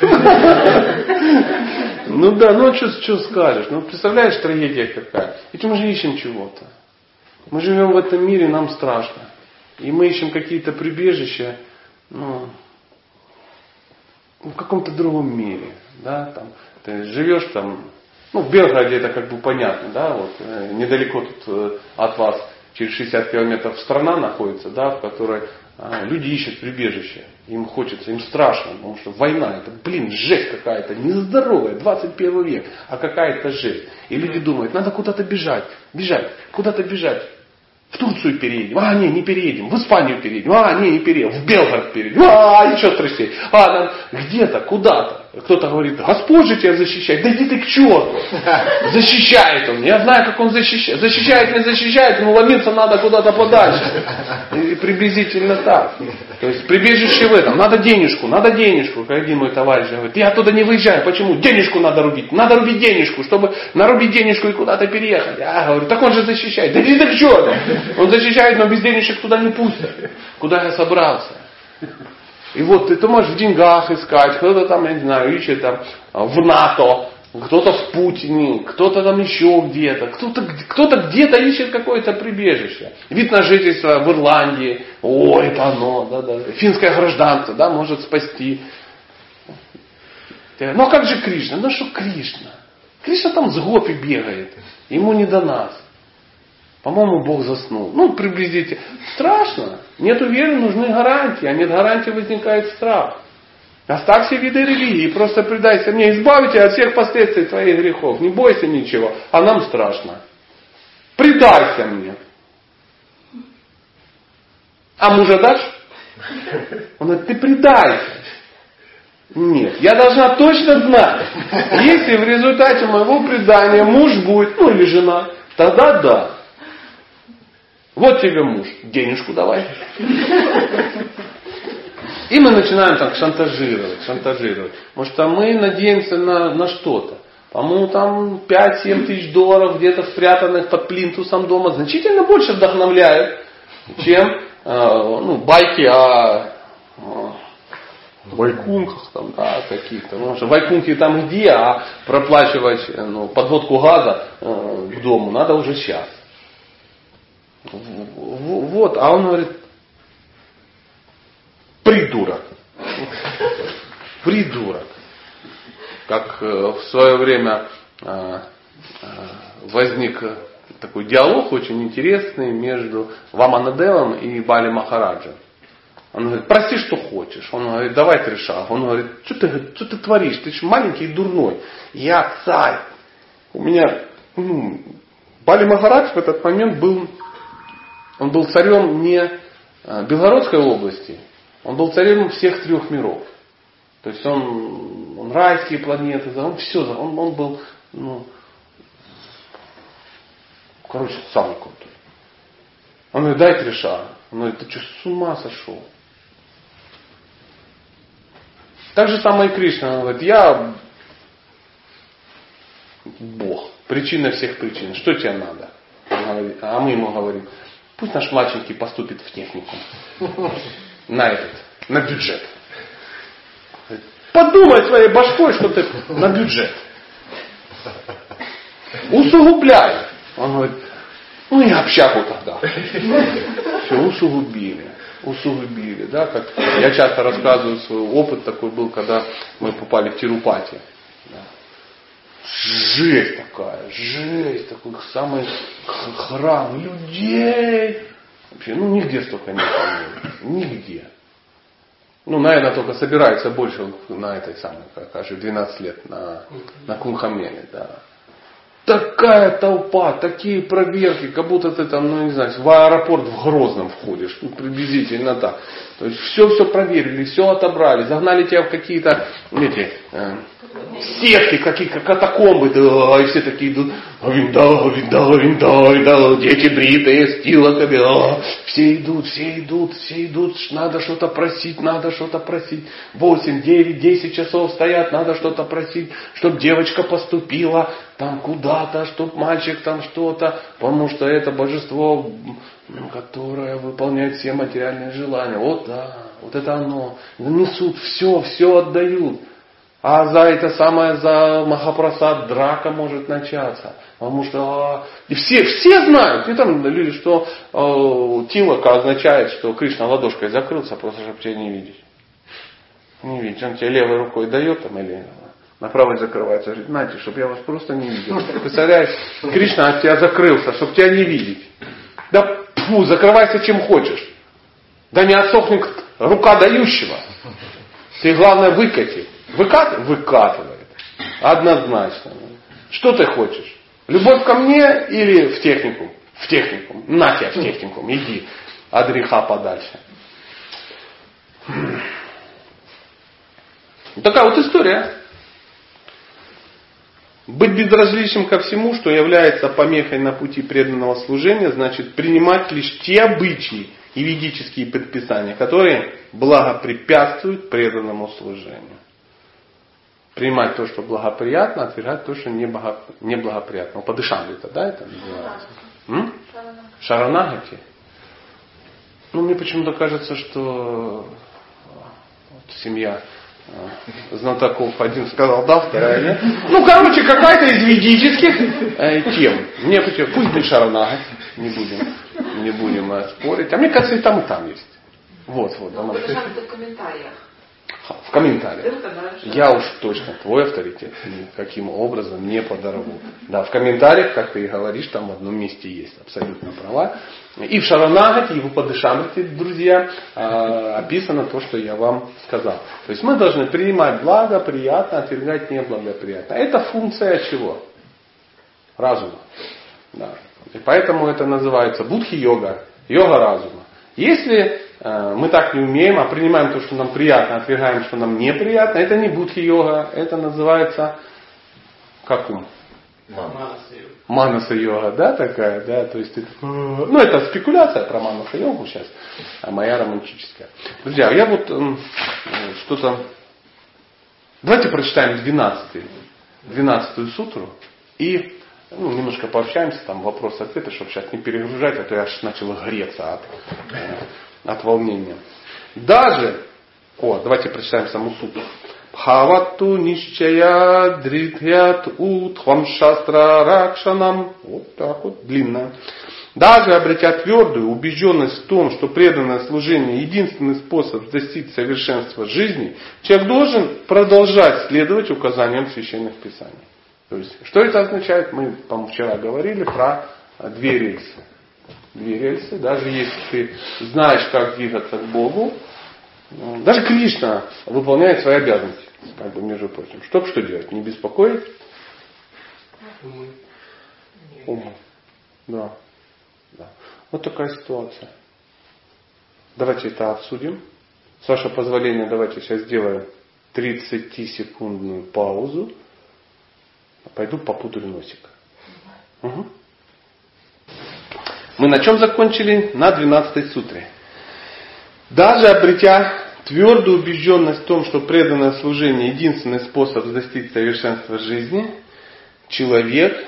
Что скажешь? Представляешь, трагедия какая. Ведь мы же ищем чего-то. Мы живем в этом мире, нам страшно. И мы ищем какие-то прибежища, в каком-то другом мире. Да? Ты живешь в Белгороде это понятно, да, недалеко тут от вас, через 60 километров страна находится, да, в которой люди ищут прибежище. Им хочется, им страшно, потому что война, это, жесть какая-то, нездоровая, 21 век, а какая-то жесть. И люди думают, надо куда-то бежать, куда-то бежать. В Турцию переедем. Не переедем. В Испанию переедем. Не переедем. В Белгород переедем. Еще страшнее. Где-то, куда-то. Кто-то говорит, Господь же тебя защищает. Да иди ты к черту. Защищает он. Я знаю, как он защищает. Защищает, не защищает, но ломиться надо куда-то подальше. И приблизительно так. То есть прибежище в этом. Надо денежку. Как один мой товарищ говорит, я оттуда не выезжаю. Почему? Денежку надо рубить. Надо рубить денежку, чтобы нарубить денежку и куда-то переехать. Я говорю, так он же защищает. Да иди ты к черту. Он защищает, но без денежек туда не пустят. Куда я собрался? И вот ты можешь в деньгах искать, кто-то там, я не знаю, ищет там в НАТО, кто-то в Путине, кто-то там еще где-то, кто-то где-то ищет какое-то прибежище. Вид на жительство в Ирландии, это оно, да. Финское гражданство, да, может спасти. Ну а как же Кришна? Ну что Кришна? Кришна там с гопи бегает, ему не до нас. По-моему, Бог заснул. Приблизительно. Страшно. Нет веры, нужны гарантии. А нет гарантии, возникает страх. Оставь все виды религии. Просто предайся мне. Избавь тебя от всех последствий твоих грехов. Не бойся ничего. А нам страшно. Предайся мне. А мужа дашь? Он говорит, ты предайся. Нет, я должна точно знать. Если в результате моего предания муж будет, или жена, тогда да. Вот тебе муж, денежку давай. И мы начинаем так шантажировать. Потому что мы надеемся на что-то. По-моему, там 5-7 тысяч долларов где-то спрятанных под плинтусом дома значительно больше вдохновляют, чем байки о вайкунхах там, да, каких-то. Потому что вайкунхи там где, а проплачивать подводку газа к дому надо уже сейчас. Вот, а он говорит, придурок. Как в свое время возник такой диалог очень интересный между Ваманадевом и Бали Махараджем. Он говорит, прости, что хочешь. Он говорит, давай 3 шага. Он говорит, что ты творишь? Ты же маленький и дурной. Я царь. У меня... Бали Махарадж в этот момент был царем не Белгородской области, он был царем всех 3 миров. То есть он райские планеты, он был, самый крутой. Он говорит, дай 3 шага. Он говорит, ты что, с ума сошел? Так же самое и Кришна. Он говорит, я Бог, причина всех причин. Что тебе надо? Он говорит, а мы ему говорим, пусть наш младшенький поступит в техникум. На бюджет. Подумай своей башкой, что ты на бюджет. Усугубляй. Он говорит, и общагу тогда. Все, усугубили. Да, как я часто рассказываю свой опыт такой был, когда мы попали в Тирупати. Да. Жесть такой самый храм людей. Вообще, нигде столько не было. Нигде. Наверное, только собирается больше на этой самой, как аж 12 лет на Кунхамеле, да. Такая толпа, такие проверки, как будто ты там, не знаю, в аэропорт в Грозном входишь, приблизительно так. То есть все проверили, все отобрали, загнали тебя в какие-то сетки, какие-то катакомбы, да, и все такие идут, винда, дети бритые, с тилоками, все идут, надо что-то просить. 8, 9, 10 часов стоят, надо что-то просить, чтобы девочка поступила там куда-то, чтобы мальчик там что-то, потому что это божество, которое выполняет все материальные желания. Вот это оно. Несут все отдают. А за Махапрасад драка может начаться. Потому что и все знают, и там люди, что тилока означает, что Кришна ладошкой закрылся, просто чтобы тебя не видеть. Не видеть. Он тебе левой рукой дает там или на правой закрывается. Говорит, знаете, чтобы я вас просто не видел. Представляешь, Кришна от тебя закрылся, чтобы тебя не видеть. Да закрывайся чем хочешь. Да не отсохнет рука дающего. Ты главное выкати. Выкатывает. Однозначно. Что ты хочешь? Любовь ко мне или в техникум? В техникум. На тебя в техникум. Иди от греха подальше. Такая вот история. Быть безразличным ко всему, что является помехой на пути преданного служения, значит принимать лишь те обычаи и ведические предписания, которые благопрепятствуют преданному служению. Принимать то, что благоприятно, отвергать то, что неблагоприятно. По дышамрита, да, это называется? Шаранагати. Мне почему-то кажется, что семья знатоков, один сказал да, вторая нет. Какая-то из ведических тем. Мне пусть будет Шаранагати, не будем спорить. А мне кажется, и там есть. Вот. В комментариях. В комментариях. Я уж точно твой авторитет никаким образом не подорву. Да, в комментариях, как ты и говоришь, там в одном месте есть абсолютно права. И в Шаранагати, и в Упадешамрите, друзья, описано то, что я вам сказал. То есть мы должны принимать благоприятно, отвергать неблагоприятно. Это функция чего? Разума. Да. И поэтому это называется будхи-йога, йога разума. Если мы так не умеем, а принимаем то, что нам приятно, отвергаем, что нам неприятно, это не будхи-йога, это называется как ум? Манаса-йога, да, такая, да, то есть это спекуляция про манаса-йогу сейчас, а моя романтическая. Друзья, я что-то... Давайте прочитаем 12-ю сутру и немножко пообщаемся, там вопрос-ответы, чтобы сейчас не перегружать, а то я аж начал греться от волнения. Давайте прочитаем саму сутру. Бхаватту нишчая дритхят утхвам шастра ракшанам. Вот так вот, длинно. Даже обретя твердую убежденность в том, что преданное служение единственный способ достичь совершенства жизни, человек должен продолжать следовать указаниям священных писаний. То есть, что это означает? Мы, по-моему, вчера говорили про две рельсы. Даже если ты знаешь, как двигаться к Богу, даже Кришна выполняет свои обязанности, между прочим. Что делать? Не беспокоить? Умы. Да. Вот такая ситуация. Давайте это обсудим. С вашего позволения, давайте сейчас сделаем 30-секундную паузу. Пойду попудрю носик. Угу. Мы на чем закончили? На 12-й сутре. Даже обретя твердую убежденность в том, что преданное служение единственный способ достичь совершенства жизни, человек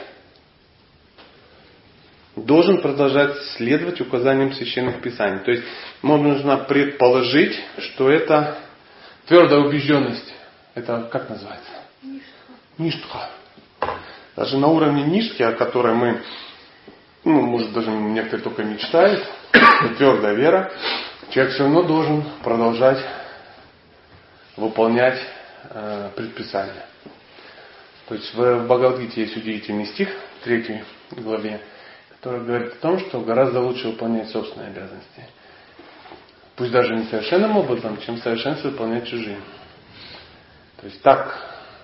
должен продолжать следовать указаниям священных писаний. То есть, нужно предположить, что это твердая убежденность. Это как называется? Ништха. Даже на уровне нишки, о которой мы, может даже некоторые только мечтают, твердая вера, человек все равно должен продолжать выполнять предписания. То есть в Бхагавад-гите есть удивительный стих в 3 главе, который говорит о том, что гораздо лучше выполнять собственные обязанности. Пусть даже не совершенным образом, чем совершенство выполнять чужие. То есть так.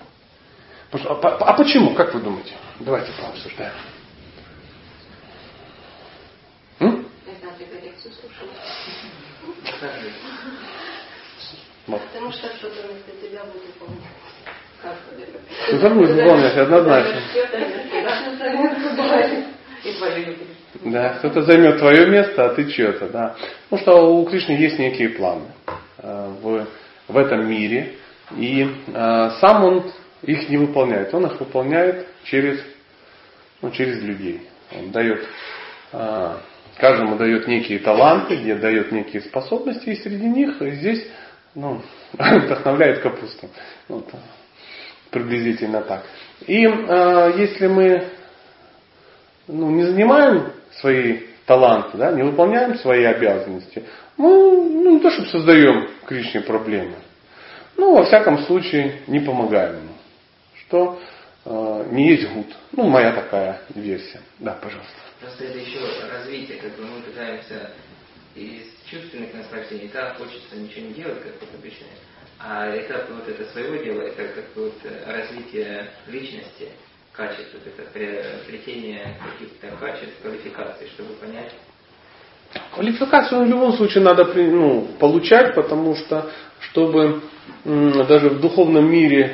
А почему? Как вы думаете? Давайте пообсуждаем. Потому что что-то вместо тебя будет выполнять. Кто-то будет выполнять, однозначно. Да, кто-то займет твое место, а ты чье-то. Да. Потому что у Кришны есть некие планы в этом мире. И сам он их не выполняет. Он их выполняет через людей. Он дает, каждому дает некие таланты, дает некие способности, и среди них здесь вдохновляет капусту. Приблизительно так. И если мы не занимаем свои таланты, не выполняем свои обязанности, мы не то чтобы создаем Кришне проблемы, во всяком случае не помогаем ему. Что не есть гуд. Моя такая версия. Да, пожалуйста. Просто это еще развитие, мы пытаемся из чувственных наслаждений, хочется ничего не делать, как обычно. А этап это своего дела, это развитие личности, качеств, это приобретение каких-то качеств, квалификаций, чтобы понять. Квалификацию в любом случае надо получать, потому что, чтобы даже в духовном мире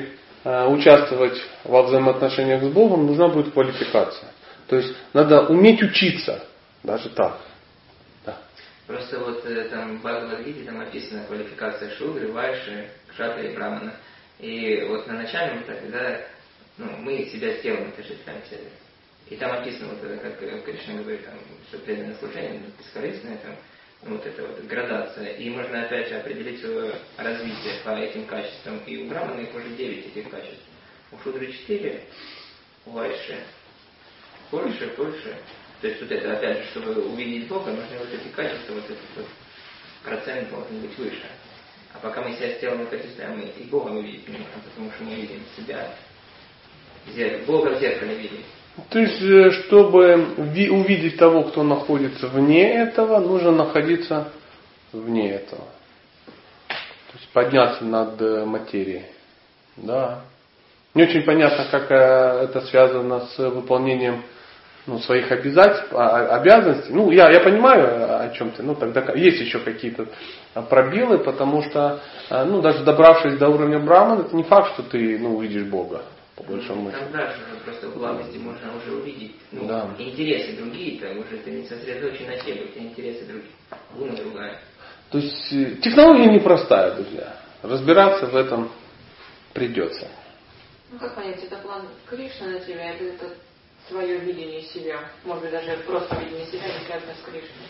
участвовать во взаимоотношениях с Богом, нужна будет квалификация. То есть надо уметь учиться. Даже так. Да. Просто вот там в Бхагавад-гите там описана квалификация шудры, вайши, кшатри и брамана. И вот на начальном этапе, да, мы себя телом отождествляем себе. И там описано, вот, как Кришна говорит, там, что преданное служение, бескорыстное, там, вот эта вот градация. И можно опять же определить свое развитие по этим качествам. И у брамана их уже 9 этих качеств. У шудры 4, у вайши больше. То есть вот это, опять же, чтобы увидеть Бога, нужны вот эти качества, вот этот вот процент должен быть выше. А пока мы себя с телом отождествляем, мы и Бога увидеть не можем, потому что мы видим себя, Бога в зеркале видим. То есть, чтобы увидеть того, кто находится вне этого, нужно находиться вне этого. То есть подняться над материей. Да. Не очень понятно, как это связано с выполнением своих обязанностей. Я понимаю о чем-то, тогда есть еще какие-то пробелы, потому что, даже добравшись до уровня Брахмана, это не факт, что ты увидишь Бога. По большому счету. Там дальше просто в благости можно уже увидеть интересы другие, там уже ты не сосредоточен на себе, у тебя интересы другие, гуна другая. То есть технология непростая, друзья. Разбираться в этом придется. Как понять, это план Кришны на тебя, или это свое видение себя? Может быть, даже просто видение себя не связано с Кришной?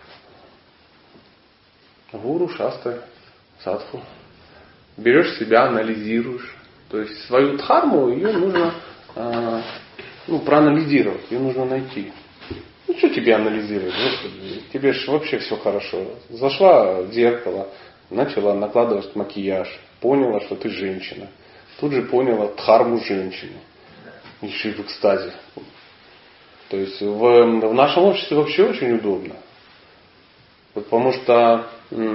Гуру, шастры, садху. Берешь себя, анализируешь. То есть свою дхарму, ее нужно проанализировать, ее нужно найти. Что тебе анализировать? Господи, тебе же вообще все хорошо. Зашла в зеркало, начала накладывать макияж, поняла, что ты женщина. Тут же поняла дхарму женщины. Еще и в экстазе. То есть в нашем обществе вообще очень удобно. Потому что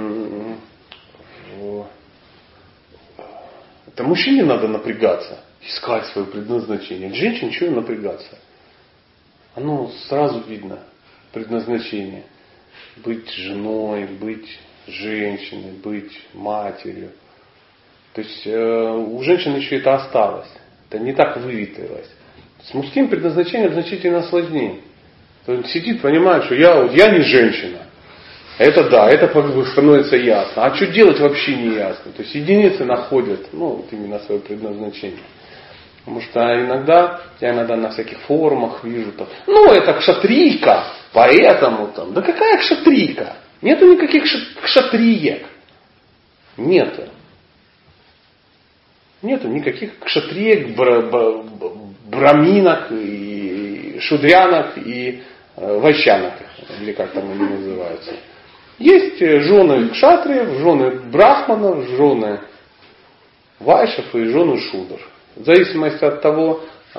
это мужчине надо напрягаться, искать свое предназначение. К женщине чего напрягаться? Оно сразу видно, предназначение. Быть женой, быть женщиной, быть матерью. То есть у женщин еще это осталось. Это не так выветрилось. С мужским предназначением значительно сложнее. То есть сидит, понимает, что я не женщина. Это да, это становится ясно. А что делать вообще не ясно. То есть единицы находят именно свое предназначение. Потому что я иногда на всяких форумах вижу, это кшатрийка, поэтому там. Да какая кшатрийка? Нету никаких кшатриек. Нету никаких кшатриек, браминок, и шудрянок и вайщанок, или как там они называются. Есть жены кшатриев, жены брахманов, жены вайшев и жены шудр. В зависимости от того,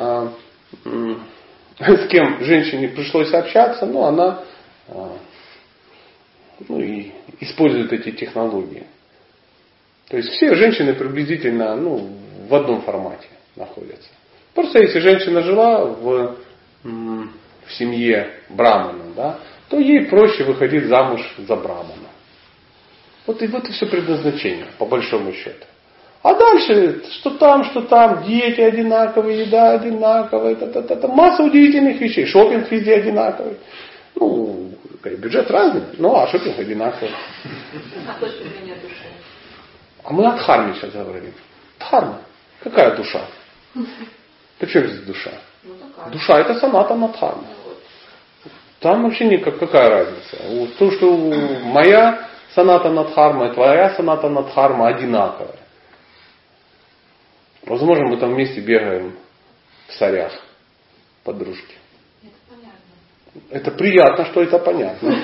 с кем женщине пришлось общаться, она и использует эти технологии. То есть все женщины приблизительно в одном формате находятся. Просто если женщина жила в семье брамана, то ей проще выходить замуж за брамана. Вот и все предназначение, по большому счету. А дальше, что там, дети одинаковые, еда одинаковая, масса удивительных вещей. Шопинг везде одинаковый. Бюджет разный, а шопинг одинаковый. А точка зрения души? А мы о дхарме сейчас говорим. Дхарма. Какая душа? Причем здесь душа? Душа это санатана дхарма. Там вообще какая разница. То, что моя санатана дхарма и твоя санатана дхарма одинаковая. Возможно, мы там вместе бегаем в сарях, подружки. Это понятно. Это приятно, что это понятно.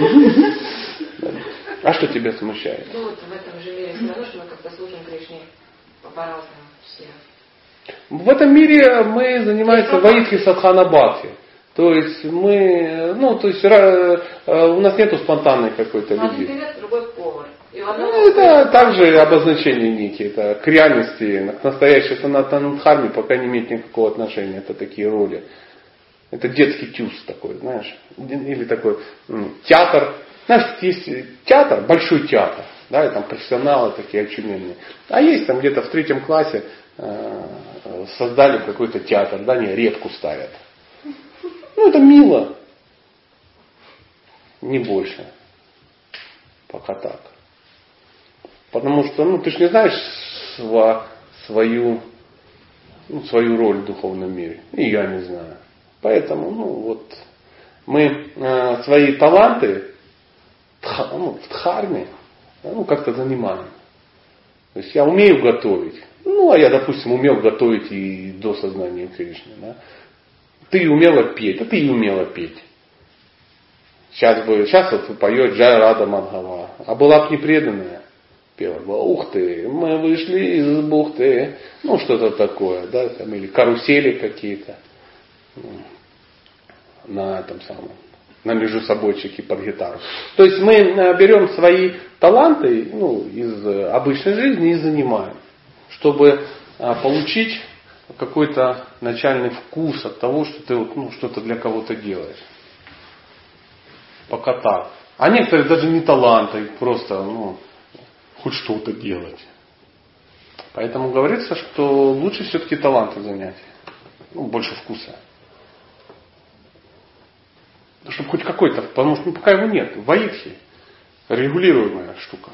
А что тебя смущает? В этом же мире все равно, что мы как-то служим Кришне по-разному все. В этом мире мы занимаемся ваидхи садхана бхакти. То есть мы, у нас нету спонтанной какой-то любви. Один певец, другой повар. Это также обозначение некие, это к реальности, к настоящей санатана дхарме пока не имеет никакого отношения. Это такие роли. Это детский тюз такой, знаешь. Или такой театр. Знаешь, есть театр, большой театр, и там профессионалы такие очуменные. А есть там где-то в 3 классе создали какой-то театр, да, не, репку ставят. Ну, это мило. Не больше. Пока так. Потому что, ну, ты же не знаешь свою роль в духовном мире. И я не знаю. Поэтому, ну, вот, мы свои таланты в дхарме, ну, как-то занимаем. То есть я умею готовить. Ну, а я, допустим, умел готовить и до сознания Кришны. Да? Ты умела петь, а ты и умела петь. Сейчас вот поет Джай Рада Мадхава. А была бы непреданная, пела бы, ух ты, мы вышли из бухты. Ну, что-то такое, да, там, или карусели какие-то. На этом самом, на междусобойчике под гитару. То есть мы берем свои таланты, ну, из обычной жизни и занимаем, чтобы получить какой-то начальный вкус от того, что ты вот, ну, что-то для кого-то делаешь. Пока так. А некоторые даже не таланты, просто, ну, хоть что-то делать. Поэтому говорится, что лучше все-таки таланты занять. Ну, больше вкуса. Ну, чтобы хоть какой-то, потому что, ну, пока его нет. В Аидхе регулируемая штука.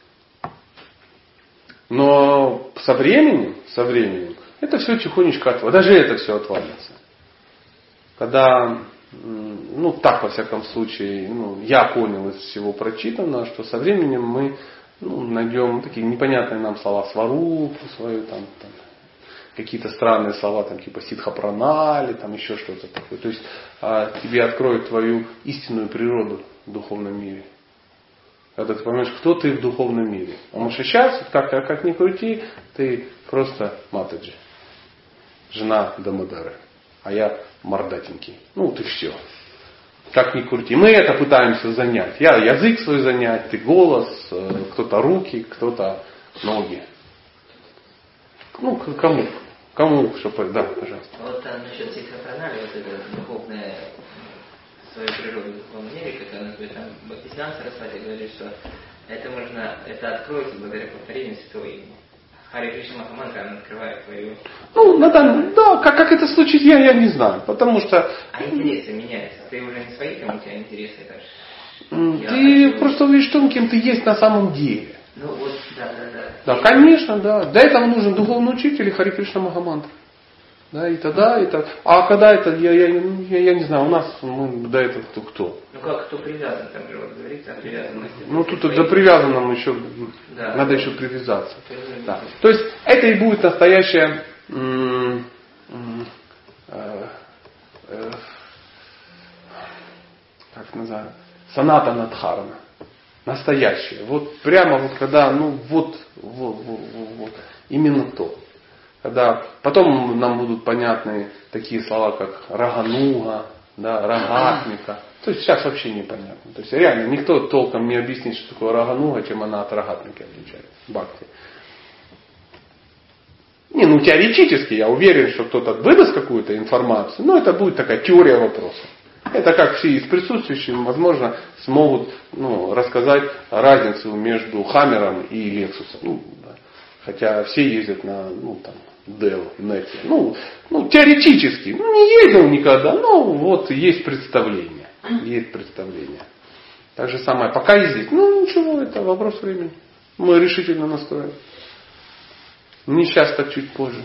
Но со временем, это все тихонечко отвалится. Даже это все отвалится. Когда, ну, так, во всяком случае, ну, я понял из всего прочитанного, что со временем мы, ну, найдем такие непонятные нам слова, сварупу свою, там, какие-то странные слова, там, типа ситхапранали, там еще что-то такое. То есть тебе откроют твою истинную природу в духовном мире. Когда ты поймешь, кто ты в духовном мире. Потому что сейчас, как ни крути, ты просто Матаджи. Жена Дамодары. А я мордатенький. Ну вот и все. Как ни крути. Мы это пытаемся занять. Я язык свой занять, ты голос, кто-то руки, кто-то ноги. Ну, кому? Кому, чтобы... Да, пожалуйста. Вот насчет ситхапранали, вот это духовное, свою природу в духовном мире, которое называют там Бхактисиданта Сарасвати, говорит, что это откроется благодаря повторению святого имени. Харе Кришна Махамантра, она открывает твою... Ну, да, как это случится, я не знаю, потому что... А интересы меняются. Ты уже не свои, там у тебя интересы даже. Ты просто увидишь том, кем ты есть на самом деле. Ну вот, да. Да, конечно, да. Для этого нужен духовный учитель и Харе Кришна Махамантра. Да, и тогда, А когда это, я не знаю, у нас мы до этого кто? Ну как, кто привязан, там же вот говорится о привязанности. Ну тут за привязанным еще, да, надо еще привязаться. Да. То есть это и будет настоящая как называется, санатана дхарма. Настоящее. Вот прямо вот когда, ну вот, именно то. Когда потом нам будут понятны такие слова, как рагануга, да, рагатника. То есть сейчас вообще непонятно. То есть реально никто толком не объяснит, что такое рагануга, чем она от рагатника отличается. Бхакти. Не, ну теоретически я уверен, что кто-то выдаст какую-то информацию, но это будет такая теория вопроса. Это как все из присутствующих, возможно, смогут, ну, рассказать разницу между Хаммером и Лексусом. Ну, да. Хотя все ездят на, ну, там, Dell, Neti. Ну, теоретически. Ну, не ездил никогда, но вот есть представление. Есть представление. Так же самое, пока ездить, ну ничего, это вопрос времени. Мы решительно настроены. Не сейчас, так чуть позже.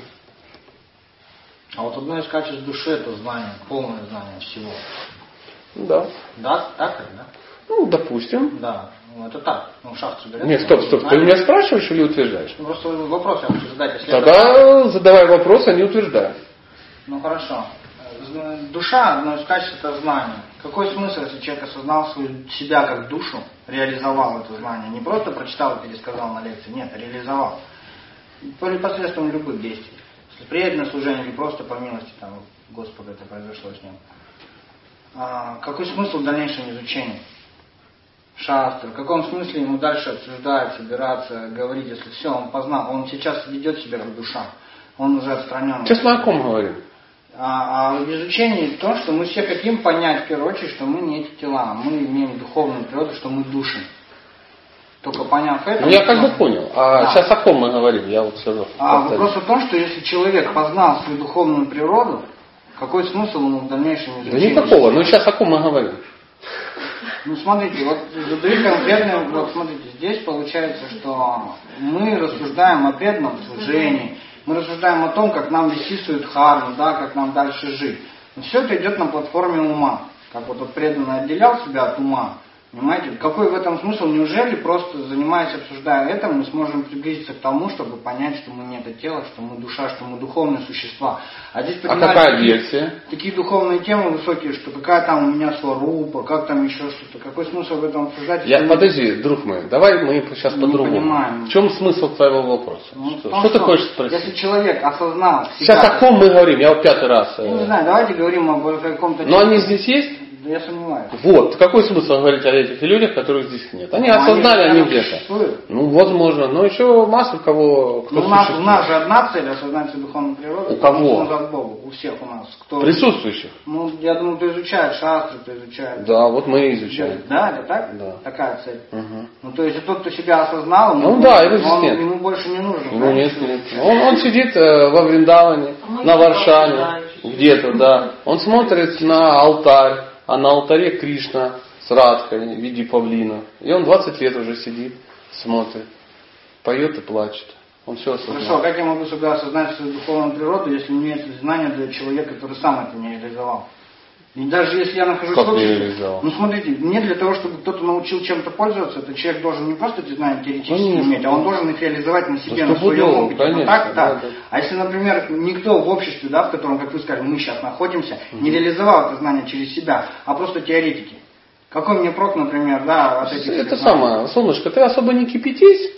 А вот одно из качеств души — это знание, полное знание всего. Да. Да, так ли, да? Ну, допустим. Да, ну это так. Ну, шахту берет. Нет, стоп. Ты меня спрашиваешь или утверждаешь? Ну, просто вопрос я хочу задать. Если тогда это... задавай вопрос, а не утверждай. Ну, хорошо. Душа, одно из качеств — это знание. Какой смысл, если человек осознал себя как душу, реализовал это знание? Не просто прочитал и пересказал на лекции, нет, реализовал. Посредством любых действий. Если преданное служение или просто по милости там, Господа это произошло с ним. Какой смысл в дальнейшем изучении шастры? В каком смысле ему дальше обсуждать, собираться, говорить, если все, он познал, он сейчас ведет себя как душа, он уже отстранен. Сейчас мы о ком говорим? А в изучении то, что мы все хотим понять, в первую очередь, что мы не эти тела, мы имеем духовную природу, что мы души. Только поняв это... Ну я как бы понял. Сейчас о ком мы говорим? Я вот все вопрос в том, что если человек познал свою духовную природу, какой смысл ему в дальнейшем изучению? Да никакого. Ну сейчас о ком мы говорим? Ну смотрите, вот задаю конкретно, вот смотрите, здесь получается, что мы рассуждаем о преданном служении, мы рассуждаем о том, как нам вести свою дхарму, да, как нам дальше жить. Но все это идет на платформе ума. Как вот тот преданный отделял себя от ума. Понимаете? Какой в этом смысл? Неужели просто занимаясь, обсуждая это, мы сможем приблизиться к тому, чтобы понять, что мы не это тело, что мы душа, что мы духовные существа. А здесь какая версия? Такие духовные темы высокие, что какая там у меня сварупа, как там еще что-то. Какой смысл в этом обсуждать? Подожди, друг мой, давай мы сейчас по-другому. Понимаем. В чем смысл твоего вопроса? Что ты хочешь спросить? Если человек осознал себя... Сейчас о ком мы говорим? Я вот 5-й раз... Я не знаю, давайте говорим о каком-то... Но они здесь есть? Да я сомневаюсь. Вот, какой смысл говорить о этих людях, которых здесь нет? Они осознали, они где-то. Ну, возможно, но еще масса кого... У нас же одна цель осознать свою духовную природу. У кого? Назад Богу, у всех у нас. Кто... Присутствующих? Ну, я думаю, ты изучаешь шастры, ты изучаешь. Да, вот мы и изучаем. Да, это так? Да. Такая цель. Угу. Ну, то есть, тот, кто себя осознал, его здесь нет. Ему больше не нужно. Ему нет. Он сидит во Вриндаване, на Варшане, где-то, да. Он смотрит на алтарь. А на алтаре Кришна с Радхой в виде павлина. И он 20 лет уже сидит, смотрит, поет и плачет. Он все осознает. Хорошо, а как я могу себя осознать свою духовную природу, если у меня нет знания для человека, который сам это не реализовал? И даже если я нахожусь как в обществе, не реализовал? Ну смотрите, мне для того, чтобы кто-то научил чем-то пользоваться, этот человек должен не просто эти знания теоретически иметь, а он должен их реализовать на себе, на своем опыте. Конечно, так, да. А если, например, никто в обществе, да, в котором, как вы сказали, мы сейчас находимся, не реализовал это знание через себя, а просто теоретики. Какой мне прок, например, да, от этих... Это самое, солнышко, ты особо не кипятись.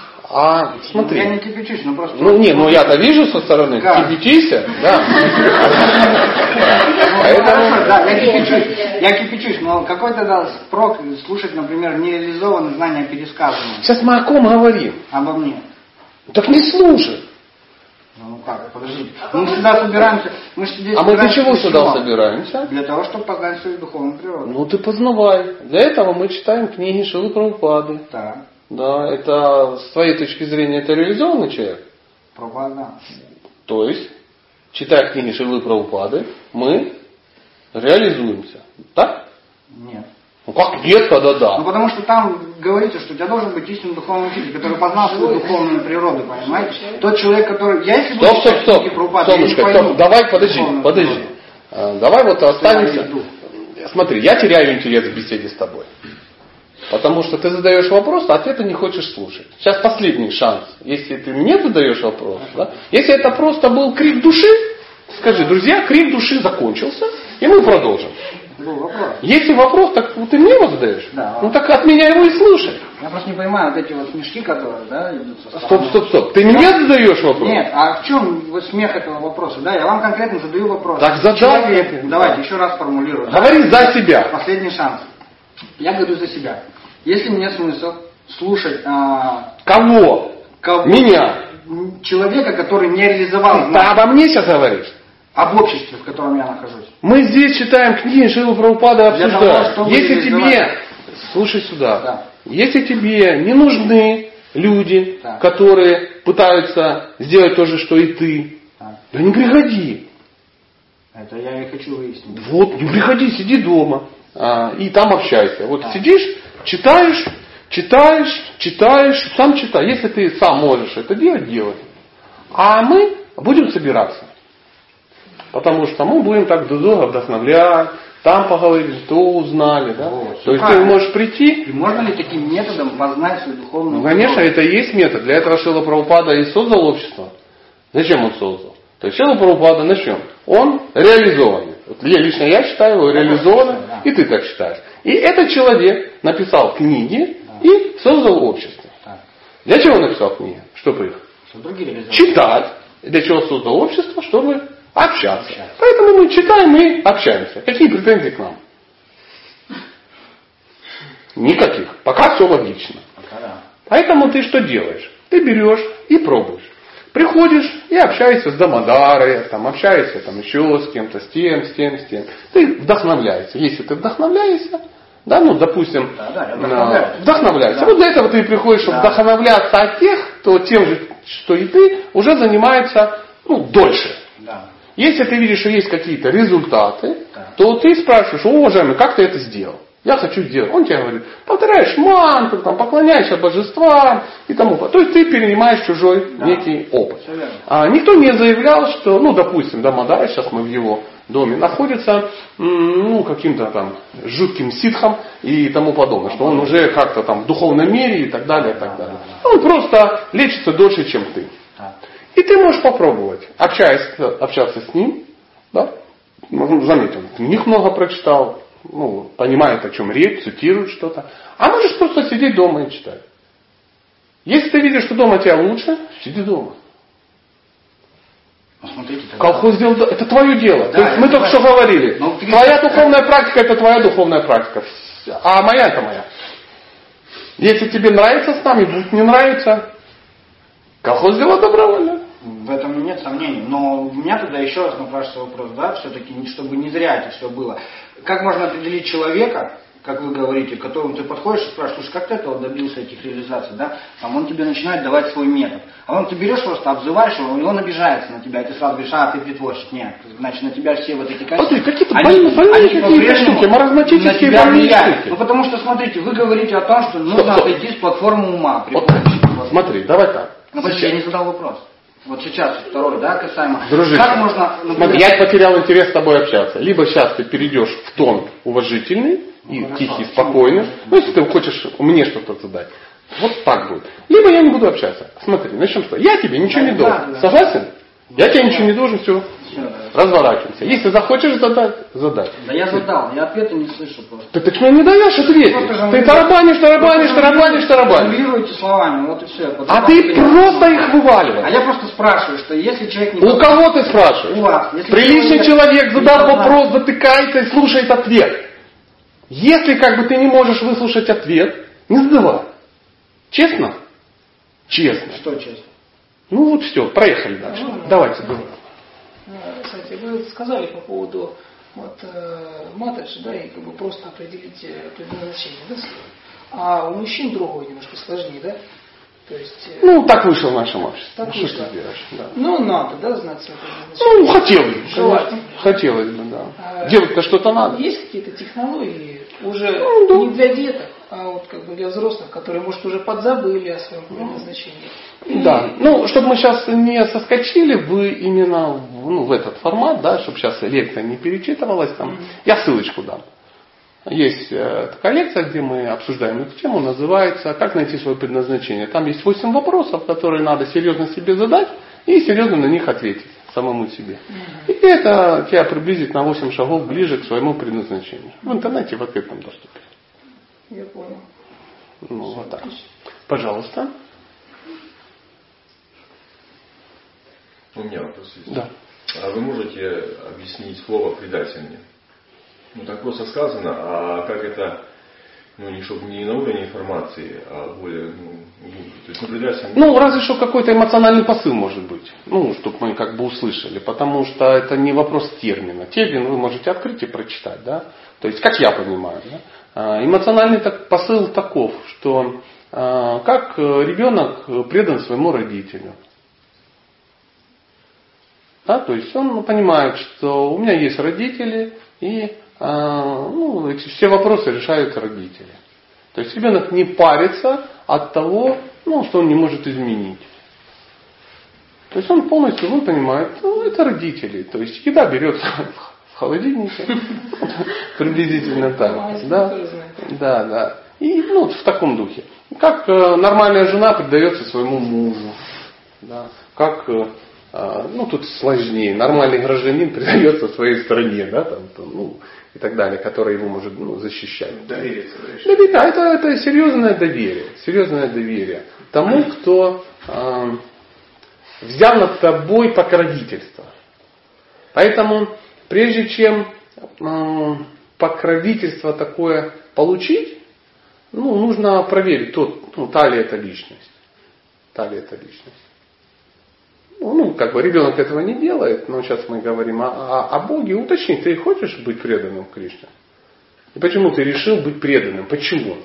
А смотри. Я не кипячусь, но просто... Ну я-то вижу со стороны, кипятися, да. Да, я кипячусь, но какой тогда прок слушать, например, нереализованные знания пересказанные? Сейчас мы о ком говорим? Обо мне. Так не слушай. Ну как, подождите. Мы сюда собираемся, мы же здесь... А мы для чего сюда собираемся? Для того, чтобы познать свою духовную природу. Ну ты познавай. Для этого мы читаем книги Шрилы Прабхупады. Так. Да, это с твоей точки зрения это реализованный человек? Прабхупада. То есть, читая книги Шрилы Прабхупады, мы реализуемся. Так? Нет. Ну как нет, когда да? Ну потому что там говорится, что у тебя должен быть истинный духовный учитель, который познал свою духовную природу, понимаете? Тот человек, который... Я если буду читать книги Прабхупады, я не пойму. Давай, подожди. Давай вот останемся. Смотри, я теряю интерес к беседе с тобой. Потому что ты задаешь вопрос, а ответа не хочешь слушать. Сейчас последний шанс. Если ты мне задаешь вопрос, да? Если это просто был крик души, скажи, друзья, крик души закончился, и мы продолжим. Был вопрос. Если вопрос, так ты мне его задаешь? Да. Ну так от меня его и слушай. Я просто не понимаю вот эти вот смешки, которые, да, идут со стороны. Стоп. Ты мне задаешь вопрос? Нет, а в чем вот смех этого вопроса? Да, я вам конкретно задаю вопрос. Так задай. Человек, давайте еще раз формулирую. Говори за себя. Последний шанс. Я говорю за себя. Если мне смысл слушать... Кого? Меня. Человека, который не реализовал... Ты обо мне сейчас говоришь? Об обществе, в котором я нахожусь. Мы здесь читаем книги Шрилы Прабхупады, обсуждаем. Если тебе... Слушай сюда. Да. Если тебе не нужны люди, которые пытаются сделать то же, что и ты, да не приходи. Это я и хочу выяснить. Вот, не приходи, сиди дома. И там общайся. Вот сидишь, читаешь, сам читай. Если ты сам можешь это делать, делай. А мы будем собираться. Потому что мы будем так друг друга вдохновлять, там поговорили, то узнали. Да? То есть ты можешь прийти. И можно ли таким методом познать свою духовную природу? Конечно, это и есть метод. Для этого Шрила Прабхупада и создал общество. Зачем он создал? То есть Шрила Прабхупада на чем? Он реализованный. Вот лично я считаю его реализованным, и ты так считаешь. И этот человек написал книги и создал общество. Для чего он написал книги? Чтобы их читать. Для чего создал общество? Чтобы общаться. Поэтому мы читаем и общаемся. Какие претензии к нам? Никаких. Пока все логично. Поэтому ты что делаешь? Ты берешь и пробуешь. Приходишь и общаешься с Дамодарой, там, общаешься там, еще с кем-то, с тем. Ты вдохновляешься. Если ты вдохновляешься, Да, ну, допустим, вдохновляется. Да. Вот для этого ты приходишь, чтобы вдохновляться от тех, кто тем же, что и ты, уже занимается, ну, дольше. Да. Если ты видишь, что есть какие-то результаты, то ты спрашиваешь: уважаемый, как ты это сделал? Я хочу сделать. Он тебе говорит: повторяешь мантру, там, поклоняешься божествам и тому подобное. То есть ты перенимаешь чужой некий опыт. Никто не заявлял, что, ну, допустим, Дамодар, сейчас мы в его доме, находится, ну, каким-то там жутким ситхом и тому подобное, что он уже как-то там в духовном мире и так далее, и так далее. Он просто лечится дольше, чем ты. И ты можешь попробовать, общаться с ним, да? Заметь, он книг много прочитал, ну, понимает, о чем речь, цитирует что-то. А можешь просто сидеть дома и читать. Если ты видишь, что дома тебя лучше, сиди дома. Ну, смотрите, колхоз сделал, это твое дело. Да, То есть мы только что говорили. Ну, твоя духовная практика — это твоя духовная практика. А моя — это моя. Если тебе нравится с нами, будет не нравится. Колхоз сделал добровольно. В этом нет сомнений. Но у меня тогда еще раз напрашивается вопрос, да, все-таки, чтобы не зря это все было. Как можно определить человека, как вы говорите, к которому ты подходишь и спрашиваешь: как ты этого добился, этих реализаций, да? Там он тебе начинает давать свой метод. А он ты берешь просто, обзываешь его, и он обижается на тебя, и ты сразу говоришь: ты притворщик. Нет, значит, на тебя все вот эти качества. Какие-то больные какие-то штуки, маразматические больные штуки. Ну потому что, смотрите, вы говорите о том, что нужно отойти с платформы ума. Вот, смотри, давай так. Ну, подожди, я не задал вопрос. Вот сейчас второй, да, касаемо. Дружище, как можно, например... смотри, я потерял интерес с тобой общаться. Либо сейчас ты перейдешь в тон уважительный и тихий, спокойный. Ну, если ты хочешь мне что-то задать. Вот так будет. Либо я не буду общаться. Смотри, начнем с того. Я тебе ничего не должен. Согласен? Я тебе ничего не должен, все. Разворачиваемся. Если захочешь задать, задай. Да я задал, я ответа не слышу просто. Ты что не даешь ответить? Ты тарабанишь. Жонглируете словами, вот и все. А ты просто их вываливаешь. А я просто спрашиваю, что если человек не... У кого ты спрашиваешь? У вас. Приличный человек задал вопрос, затыкается и слушает ответ. Если как бы ты не можешь выслушать ответ, не задавай. Честно? Честно. Что честно? Ну вот все, проехали дальше. Давайте, давай. Кстати, вы сказали по поводу матрицы, да, и как бы просто определить предназначение, да, а у мужчин другое немножко сложнее, да? То есть, ну, так вышло в нашем обществе. Так ну, что ты делаешь? Да. Ну, надо, да, знать свое предназначение. Ну, хотелось бы. Желательно. Хотелось бы, да. Делать-то что-то надо. Есть какие-то технологии уже не для деток, а вот как бы для взрослых, которые, может, уже подзабыли о своем предназначении. Да. Ну, чтобы мы сейчас не соскочили именно в этот формат, да, чтобы сейчас лекция не перечитывалась, там, я ссылочку дам. Есть такая лекция, где мы обсуждаем эту тему, называется «Как найти свое предназначение». Там есть 8 вопросов, которые надо серьезно себе задать и серьезно на них ответить самому себе. И это тебя приблизит на 8 шагов ближе к своему предназначению. В интернете в открытом доступе. Я понял. Ну, вот так. Пожалуйста. У меня вопрос есть. Да. А вы можете объяснить слово «предательный»? Ну, так просто сказано, а как это, ну, не чтобы не на уровне информации, а более, то есть, предательный... Ну, разве что какой-то эмоциональный посыл может быть. Ну, чтобы мы как бы услышали. Потому что это не вопрос термина. Термин вы можете открыть и прочитать, да? То есть, как я понимаю, да? Эмоциональный посыл таков, что как ребенок предан своему родителю. Да? То есть, он понимает, что у меня есть родители, и все вопросы решают родители. То есть ребенок не парится от того, что он не может изменить. То есть он полностью понимает, это родители. То есть еда берется в холодильнике, приблизительно так. Да. И в таком духе. Как нормальная жена предается своему мужу. Да? Как тут сложнее. Нормальный гражданин предается своей стране, да, и так далее, который его может защищать. Доверие. Да, это серьезное доверие. Серьезное доверие тому, кто взял над тобой покровительство. Поэтому, прежде чем покровительство такое получить, нужно проверить, та ли это личность. Та ли это личность. Ребенок этого не делает, но сейчас мы говорим о Боге. Уточни, ты хочешь быть преданным Кришне? И почему ты решил быть преданным? Почему?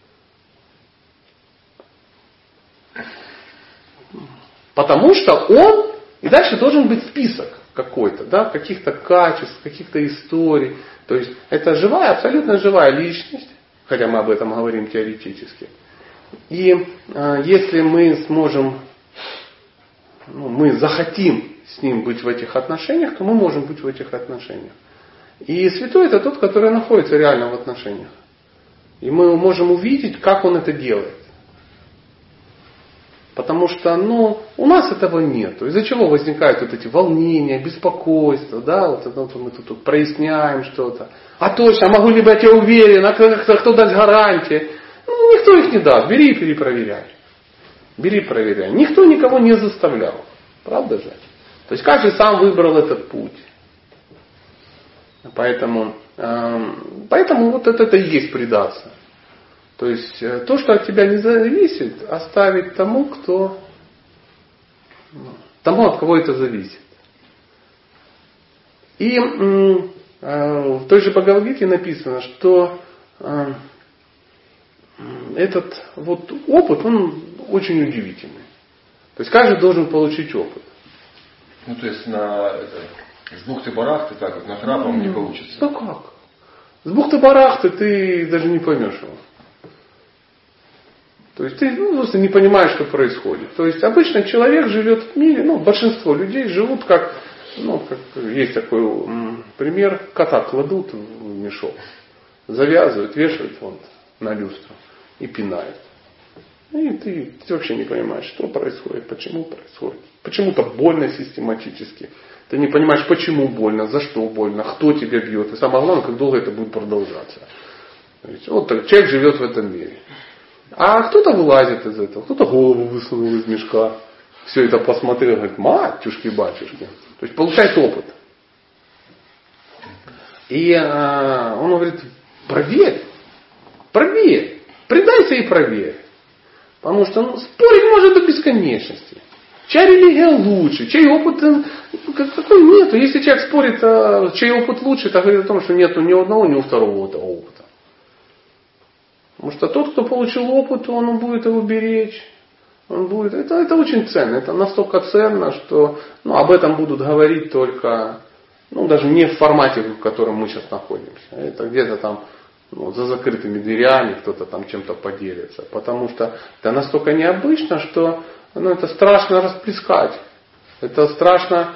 Потому что он, и дальше должен быть список какой-то, да, каких-то качеств, каких-то историй. То есть это живая, абсолютно живая личность, хотя мы об этом говорим теоретически. И если мы сможем, мы захотим с ним быть в этих отношениях, то мы можем быть в этих отношениях. И святой это тот, который находится реально в отношениях. И мы можем увидеть, как он это делает. Потому что, у нас этого нет. Из-за чего возникают вот эти волнения, беспокойства, да, вот мы тут проясняем что-то. А точно, могу ли быть я уверен, а кто даст гарантии? Никто их не даст. Бери и перепроверяй. Бери и проверяй. Никто никого не заставлял. Правда же? То есть каждый сам выбрал этот путь. Поэтому вот это и есть предаться. То есть то, что от тебя не зависит, оставить тому, от кого это зависит. И в той же Бхагавад-гите написано, что этот вот опыт, он очень удивительный. То есть каждый должен получить опыт. То есть с бухты-барахты так вот нахрапом не получится. Как? С бухты-барахты ты даже не поймешь его. То есть ты просто не понимаешь, что происходит. То есть обычно человек живет в мире, большинство людей живут как есть такой пример, кота кладут в мешок, завязывают, вешают на люстру и пинают. И ты вообще не понимаешь, что происходит, почему происходит. Почему-то больно систематически. Ты не понимаешь, почему больно, за что больно, кто тебя бьет. И самое главное, как долго это будет продолжаться. То есть, вот так, человек живет в этом мире. А кто-то вылазит из этого, кто-то голову высунул из мешка. Все это посмотрел, говорит, матюшки-батюшки. То есть получает опыт. И он говорит, проверь, предайся и проверь. Потому что спорить может до бесконечности. Чья религия лучше, чей опыт какой нету. Если человек спорит, чей опыт лучше, это говорит о том, что нету ни одного, ни у второго этого опыта. Потому что тот, кто получил опыт, он будет его беречь. Это очень ценно. Это настолько ценно, что об этом будут говорить только, даже не в формате, в котором мы сейчас находимся. Это где-то там за закрытыми дверями кто-то там чем-то поделится. Потому что это настолько необычно, что это страшно расплескать. Это страшно,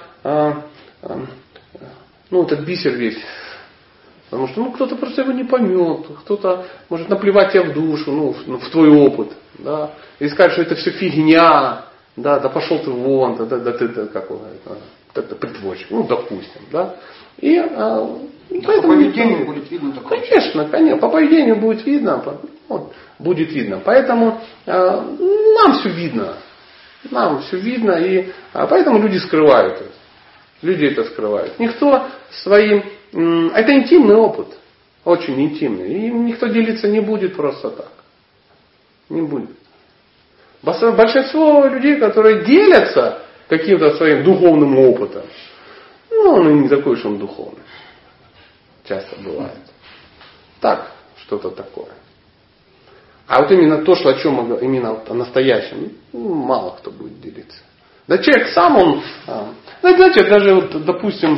этот бисер весь. Потому что кто-то просто его не поймет, кто-то может наплевать тебе в душу, в твой опыт, да, и сказать, что это все фигня, да пошел ты вон, да ты это притворщик, допустим, да. И по поведению будет видно такое. Конечно, по поведению будет видно, будет видно. Поэтому нам все видно, и поэтому люди скрывают это. Люди это скрывают. Никто своим... Это интимный опыт. Очень интимный. И никто делиться не будет просто так. Не будет. Большинство людей, которые делятся каким-то своим духовным опытом, он не такой уж он духовный. Часто бывает. Так, что-то такое. А вот именно то, что о чем мы именно о настоящем, мало кто будет делиться. Да человек сам, он... Знаете, даже допустим,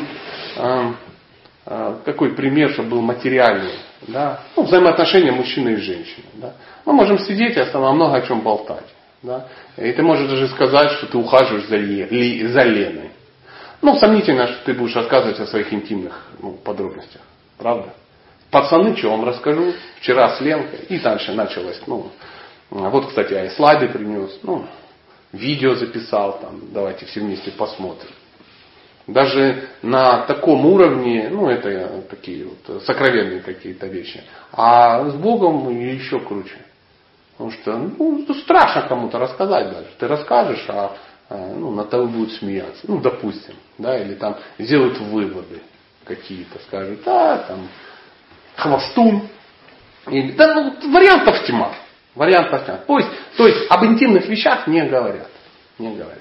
какой пример, чтобы был материальный. Да? Взаимоотношения мужчины и женщины. Да? Мы можем сидеть и много о чем болтать. Да? И ты можешь даже сказать, что ты ухаживаешь за Леной. Сомнительно, что ты будешь рассказывать о своих интимных подробностях. Правда? Пацаны, что вам расскажу? Вчера с Ленкой. И дальше началось. Вот, кстати, я и слайды принес. Видео записал. Давайте все вместе посмотрим. Даже на таком уровне, это такие вот сокровенные какие-то вещи. А с Богом еще круче. Потому что страшно кому-то рассказать даже. Ты расскажешь, а над тобой будут смеяться. Допустим. Да, или там сделают выводы какие-то. Скажут, хвостун. Или, вариантов тьма. То есть об интимных вещах не говорят. Не говорят.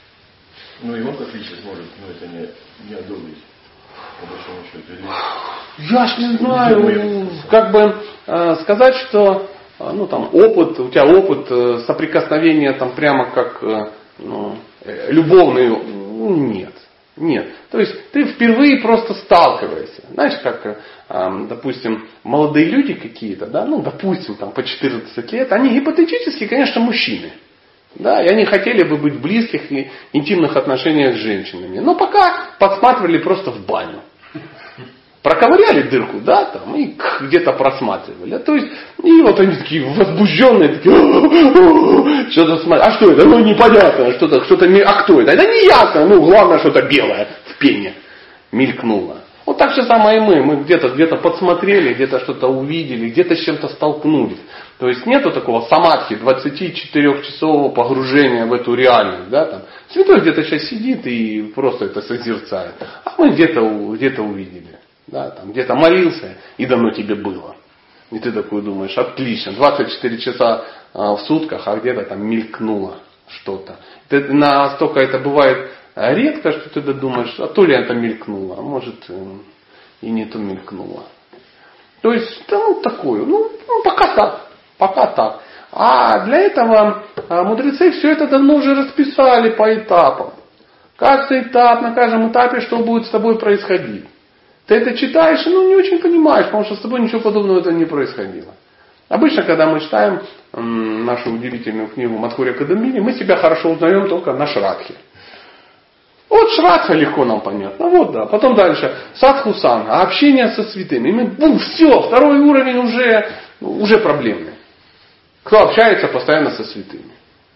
И он как личность может это не одобрить, по большому счету. Я ж не знаю, как бы сказать, что опыт, у тебя опыт соприкосновения там прямо как любовный, нет. Нет. То есть ты впервые просто сталкиваешься. Знаешь, как, допустим, молодые люди какие-то, да, допустим, там по 14 лет, они гипотетически, конечно, мужчины. Да, и они хотели бы быть в близких и интимных отношениях с женщинами. Но пока подсматривали просто в баню. Проковыряли дырку, да, там, и где-то просматривали. То есть, и вот они такие возбужденные, такие, что-то смотрят. А что это? Непонятно, что-то, а кто это? Это не ясно, главное, что-то белое в пене мелькнуло. Вот так же самое и мы. Мы где-то подсмотрели, где-то что-то увидели, где-то с чем-то столкнулись. То есть нету такого самадхи, 24-часового погружения в эту реальность. Да, там. Святой где-то сейчас сидит и просто это созерцает. А мы где-то увидели. Да, там, где-то молился, и давно тебе было. И ты такой думаешь, отлично, 24 часа в сутках, а где-то там мелькнуло что-то. Настолько это бывает редко, что ты думаешь, а то ли это мелькнуло, а может и не то мелькнуло. То есть, такое, пока так. А для этого мудрецы все это давно уже расписали по этапам. Каждый этап, на каждом этапе, что будет с тобой происходить. Ты это читаешь и не очень понимаешь, потому что с тобой ничего подобного это не происходило. Обычно, когда мы читаем нашу удивительную книгу Мадхурья Кадамбини, мы себя хорошо узнаем только на Шрадхе. Вот Шрадха легко нам понятно. Вот да. Потом дальше. Садхусанга, общение со святыми. И мы, все, второй уровень уже проблемный. Кто общается постоянно со святыми?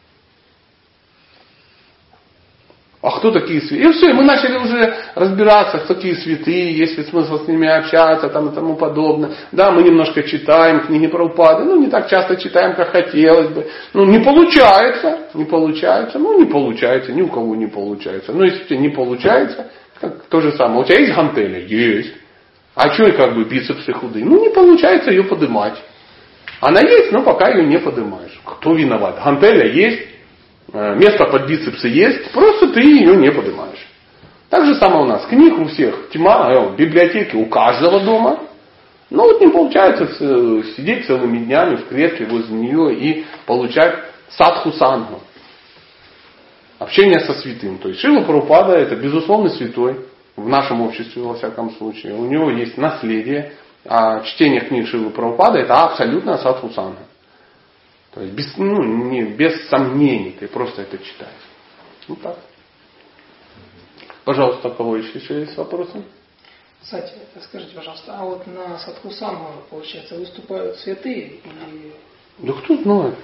А кто такие святые? И все, и мы начали уже разбираться, кто такие святые, есть ли смысл с ними общаться там, и тому подобное. Да, мы немножко читаем книги Прабхупады, не так часто читаем, как хотелось бы. Не получается, ни у кого не получается. Но если у тебя не получается, то же самое. У тебя есть гантеля? Есть. А что и бицепсы худые? Не получается ее поднимать. Она есть, но пока ее не поднимаешь. Кто виноват? Гантеля есть. Место под бицепсы есть, просто ты ее не поднимаешь. Так же самое у нас. Книг у всех тьма, библиотеки у каждого дома. Но не получается сидеть целыми днями в клетке возле нее и получать садху-сангу. Общение со святым. То есть Шрила Прабхупада это безусловно святой в нашем обществе во всяком случае. У него есть наследие. А чтение книг Шрилы Прабхупады это абсолютно садху-санга. То есть без сомнений ты просто это читаешь. Так. Пожалуйста, у кого еще есть вопросы? Кстати, скажите, пожалуйста, а вот на Садхусангу, получается, выступают святые или... Да кто знает.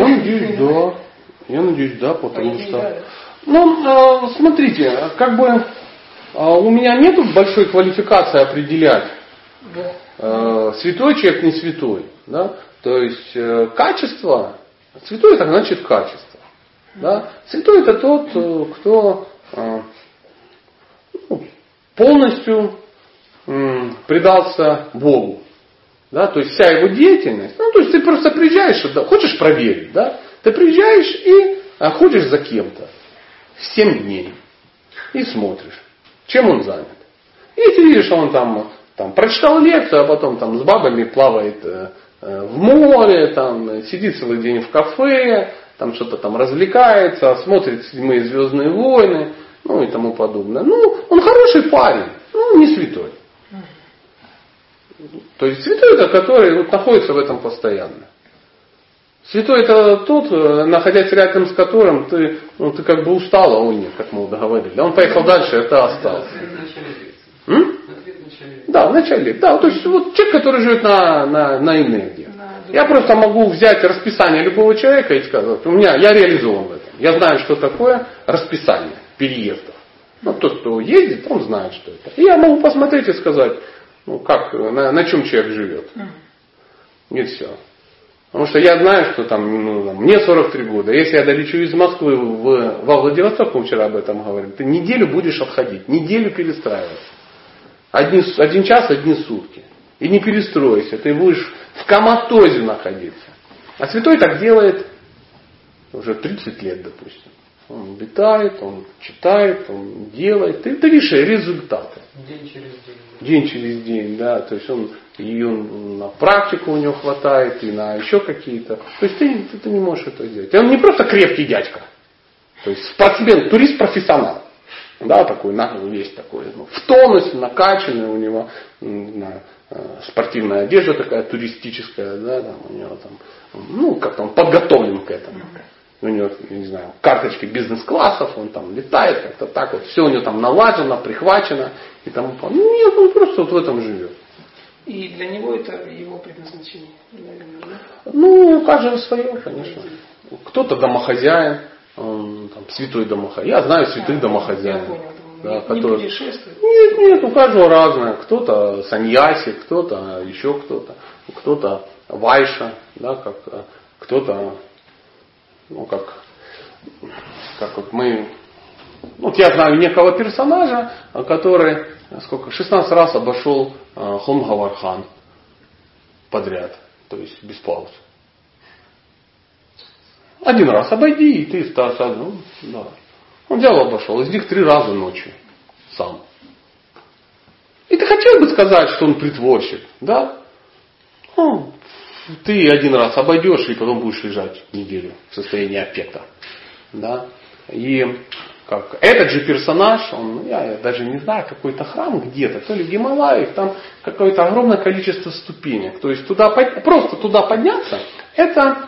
Я надеюсь, да, потому что... смотрите, у меня нет большой квалификации определять, святой человек, не святой. Да? То есть качество, святой это значит качество. Да? Святой это тот, кто полностью предался Богу. Да? То есть вся его деятельность, то есть ты просто приезжаешь, хочешь проверить, да? Ты приезжаешь и ходишь за кем-то 7 дней и смотришь, чем он занят. И ты видишь, что он там прочитал лекцию, а потом с бабами плавает в море, сидит целый день в кафе, что-то развлекается, смотрит «Седьмые звездные войны», и тому подобное. Он хороший парень, не святой. То есть святой это который находится в этом постоянно. Святой это тот, находясь рядом с которым ты устал, а он нет, как мы договорились. Он поехал дальше, а ты остался. Да, в начале. Да, то есть человек, который живет на энергии. Я просто могу взять расписание любого человека и сказать, я реализован в этом. Я знаю, что такое расписание переездов. Тот, кто ездит, он знает, что это. И я могу посмотреть и сказать, на чем человек живет. И все. Потому что я знаю, что мне 43 года. Если я долечу из Москвы во Владивосток, мы вчера об этом говорили, ты неделю будешь отходить, неделю перестраиваться. 1 час, 1 сутки. И не перестройся, ты будешь в коматозе находиться. А святой так делает уже 30 лет, допустим. Он летает, он читает, он делает. Ты видишь результаты. День через день. День через день, да. То есть он на практику у него хватает, и на еще какие-то. То есть ты не можешь это делать. И он не просто крепкий дядька. То есть спортсмен, турист профессионал. Да, такой, есть такой. В тонусе, накачанный у него, спортивная одежда такая туристическая, да, там у него там, как-то он подготовлен к этому. У него, не знаю, карточки бизнес-классов, он там летает, как-то так вот, все у него там налажено, прихвачено и тому подобное. Нет, он просто вот в этом живет. И для него это его предназначение, наверное, да? У каждого свое, конечно. Кто-то домохозяин, там, святой домохозяин. Я знаю святых домохозяев. Я понял. Да, не путешествует? Нет, у каждого разное. Кто-то саньяси, кто-то еще кто-то вайша, да, как кто-то, как вот мы. Вот я знаю некого персонажа, который 16 раз обошел Хомгавархан подряд, то есть без пауз. Один раз обойди, и ты да. Он взял, обошел, из них 3 раза ночью сам. И ты хотел бы сказать, что он притворщик, да? Ты один раз обойдешь, и потом будешь лежать неделю в состоянии аффекта. Да? И этот же персонаж, я даже не знаю, какой-то храм где-то, то ли в Гималаях, там какое-то огромное количество ступенек. То есть просто туда подняться, это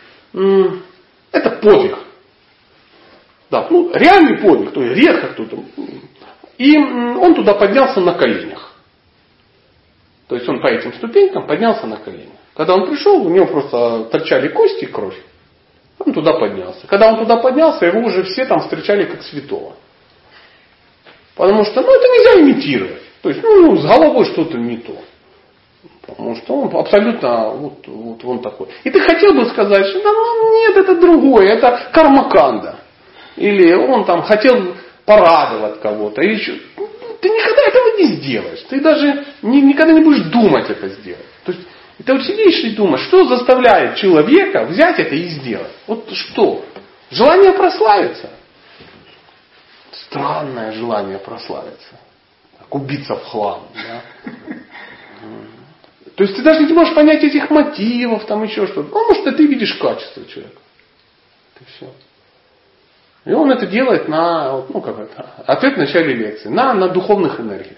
подвиг. Да, реальный подвиг, то есть редко кто-то. И он туда поднялся на коленях. То есть он по этим ступенькам поднялся на коленях. Когда он пришел, у него просто торчали кости и кровь. Он туда поднялся. Когда он туда поднялся, его уже все там встречали как святого. Потому что это нельзя имитировать. То есть с головой что-то не то. Потому что он абсолютно вот он такой. И ты хотел бы сказать, что нет, это другое, это кармаканда. Или он там хотел порадовать кого-то. Или еще. Ты никогда этого не сделаешь. Ты даже никогда не будешь думать это сделать. То есть ты вот сидишь и думаешь, что заставляет человека взять это и сделать. Вот что? Желание прославиться. Странное желание прославиться. Как убиться в хлам. Да? То есть ты даже не можешь понять этих мотивов, там еще что-то. Потому что ты видишь качество человека. Это все. И он это делает ответ в начале лекции, на духовных энергиях.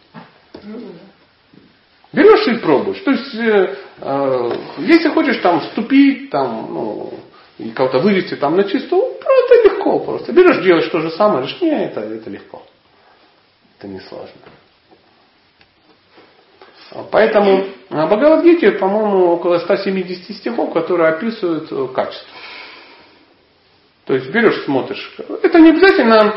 Берешь и пробуешь. То есть, если хочешь там вступить, и кого-то вывести там на чистоту, это легко просто. Берешь, делаешь то же самое, говоришь, нет, это легко. Это не сложно. Поэтому в Бхагавад-гите, по-моему, около 170 стихов, которые описывают качество. То есть берешь, смотришь. Это не обязательно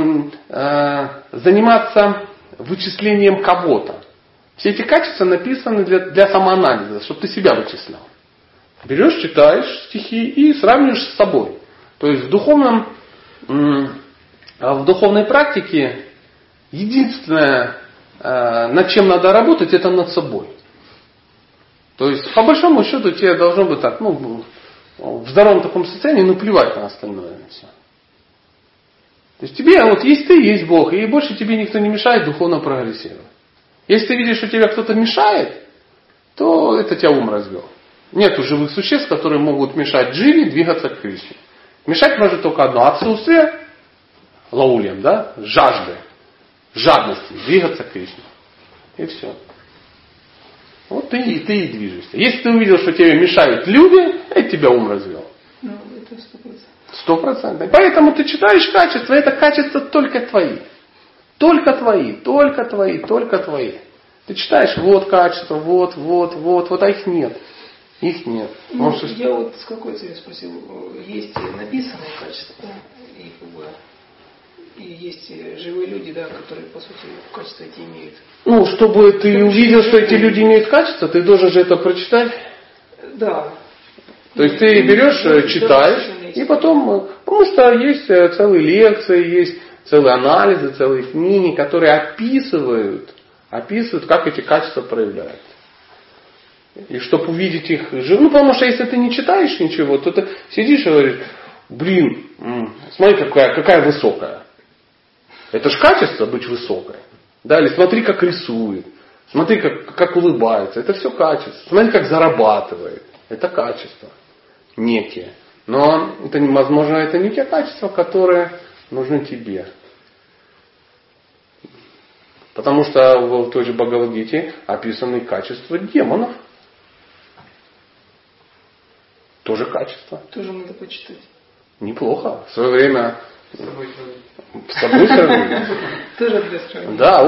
заниматься вычислением кого-то. Все эти качества написаны для самоанализа, чтобы ты себя вычислял. Берешь, читаешь стихи и сравниваешь с собой. То есть в духовной практике единственное, над чем надо работать, это над собой. То есть по большому счету тебе должно быть так, в здоровом таком состоянии, плевать на остальное. Все. То есть тебе, есть ты, есть Бог, и больше тебе никто не мешает духовно прогрессировать. Если ты видишь, что тебе кто-то мешает, то это тебя ум развел. Нет живых существ, которые могут мешать дживе двигаться к Кришне. Мешать может только одно: отсутствие лаулем, да, жадности, двигаться к Кришне. И все. Вот ты и движешься. Если ты увидел, что тебе мешают люди, это тебя ум развел. Это 100%. Поэтому ты читаешь качества, это качества только твои. Только твои. Ты читаешь, качество, а их нет. Их нет. Я с какой целью спросил, есть написанные качества, и есть живые люди, которые, по сути, качества эти имеют. Чтобы ты увидел, что эти люди имеют качество, ты должен же это прочитать. Да. То есть ты берешь, читаешь, и потом, потому что есть целые лекции, есть целые анализы, целые книги, которые описывают, как эти качества проявляются. И чтобы увидеть их, потому что если ты не читаешь ничего, то ты сидишь и говоришь, блин, смотри, какая высокая. Это же качество быть высокой. Да, или смотри, как рисует. Смотри, как улыбается. Это все качество. Смотри, как зарабатывает. Это качество некие. Но это, возможно, это не те качества, которые нужны тебе. Потому что в той же Бхагавад-гите описаны качества демонов. Тоже качество. Тоже надо почитать. Неплохо. В свое время... С собой сравнить. Тоже для сравнения. Да,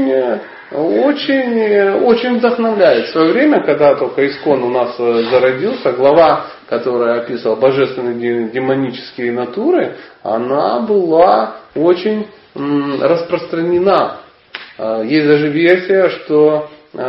очень вдохновляет. В свое время, когда только Искон у нас зародился, глава, которая описывала божественные демонические натуры, она была очень распространена. Есть даже версия, что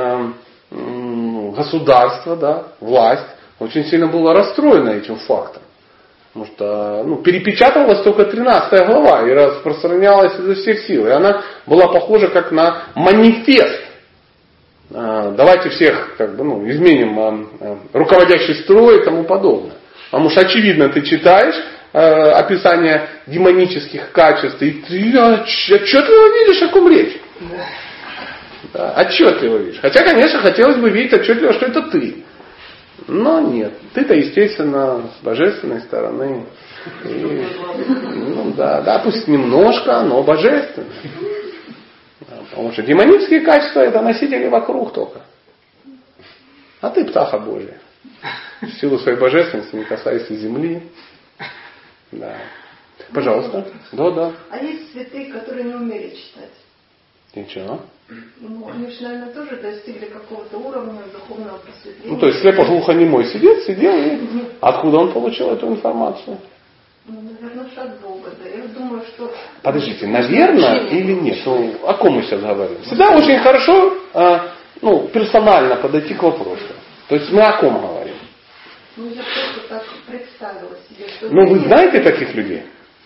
государство, да, власть, очень сильно была расстроена этим фактом. Потому что перепечатывалась только 13 глава и распространялась изо всех сил. И она была похожа как на манифест. Давайте всех изменим руководящий строй и тому подобное. Потому что очевидно ты читаешь описание демонических качеств, и ты отчетливо видишь, о ком речь. Да, отчетливо видишь. Хотя, конечно, хотелось бы видеть отчетливо, что это ты. Но нет. Ты-то, естественно, с божественной стороны. И, да, пусть немножко, но божественно. Да, потому что демонические качества это носители вокруг только. А ты птаха Божия. В силу своей божественности не касайся земли. Да. Пожалуйста. Да. А есть святые, которые не умели читать? Ничего. Они же, наверное, тоже достигли какого-то уровня духовного просветления. То есть слепо-глухонемой сидел и... Откуда он получил эту информацию? Наверное, от Бога, да. Я думаю, что... Подождите, наверное или нет? О ком мы сейчас говорим? Всегда очень хорошо персонально подойти к вопросу. То есть мы о ком говорим? Я просто так представила себе, что... Вы знаете таких людей?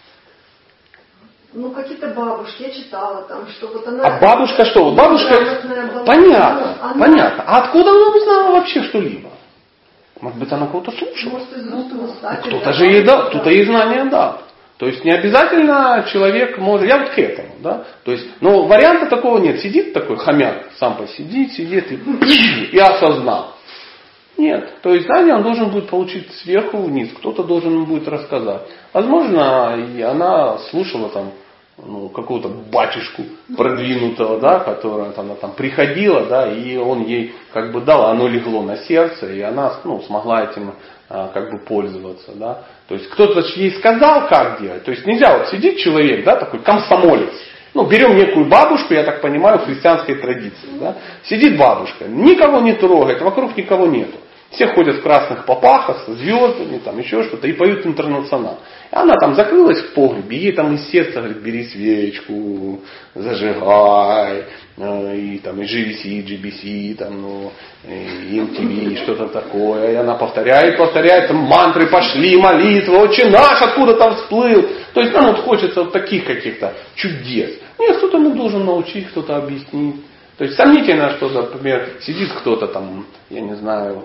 Какие-то бабушки, я читала там, что вот она... А бабушка что? Бабушка... Понятно. А откуда она узнала вообще что-либо? Может быть, она кого-то слушала? Может, из уст в уста. Кто-то же ей дал, кто-то ей знания дал. То есть не обязательно человек может... Я вот к этому, да? То есть, варианта такого нет. Сидит такой хомяк, сам посидит, и осознал. Нет. То есть знания он должен будет получить сверху вниз. Кто-то должен ему будет рассказать. Возможно, и она слушала там какого-то батюшку продвинутого, да, которая она там приходила, да, и он ей дал, оно легло на сердце, и она смогла этим пользоваться, да. То есть кто-то ей сказал, как делать. То есть нельзя сидит человек, да, такой комсомолец. Берем некую бабушку, я так понимаю, в христианской традиции, да. Сидит бабушка, никого не трогает, вокруг никого нету. Все ходят в красных попахах, со звездами, там еще что-то, и поют интернационал. И она там закрылась в погребе, ей там из сердца говорит, бери свечку, зажигай, и там и GVC, GBC, там, и MTV, что-то такое. И она повторяет, там мантры пошли, молитвы, Отче наш, откуда там всплыл. То есть нам хочется таких каких-то чудес. Нет, кто-то должен научить, кто-то объяснить. То есть сомнительно, что, например, сидит кто-то там, я не знаю,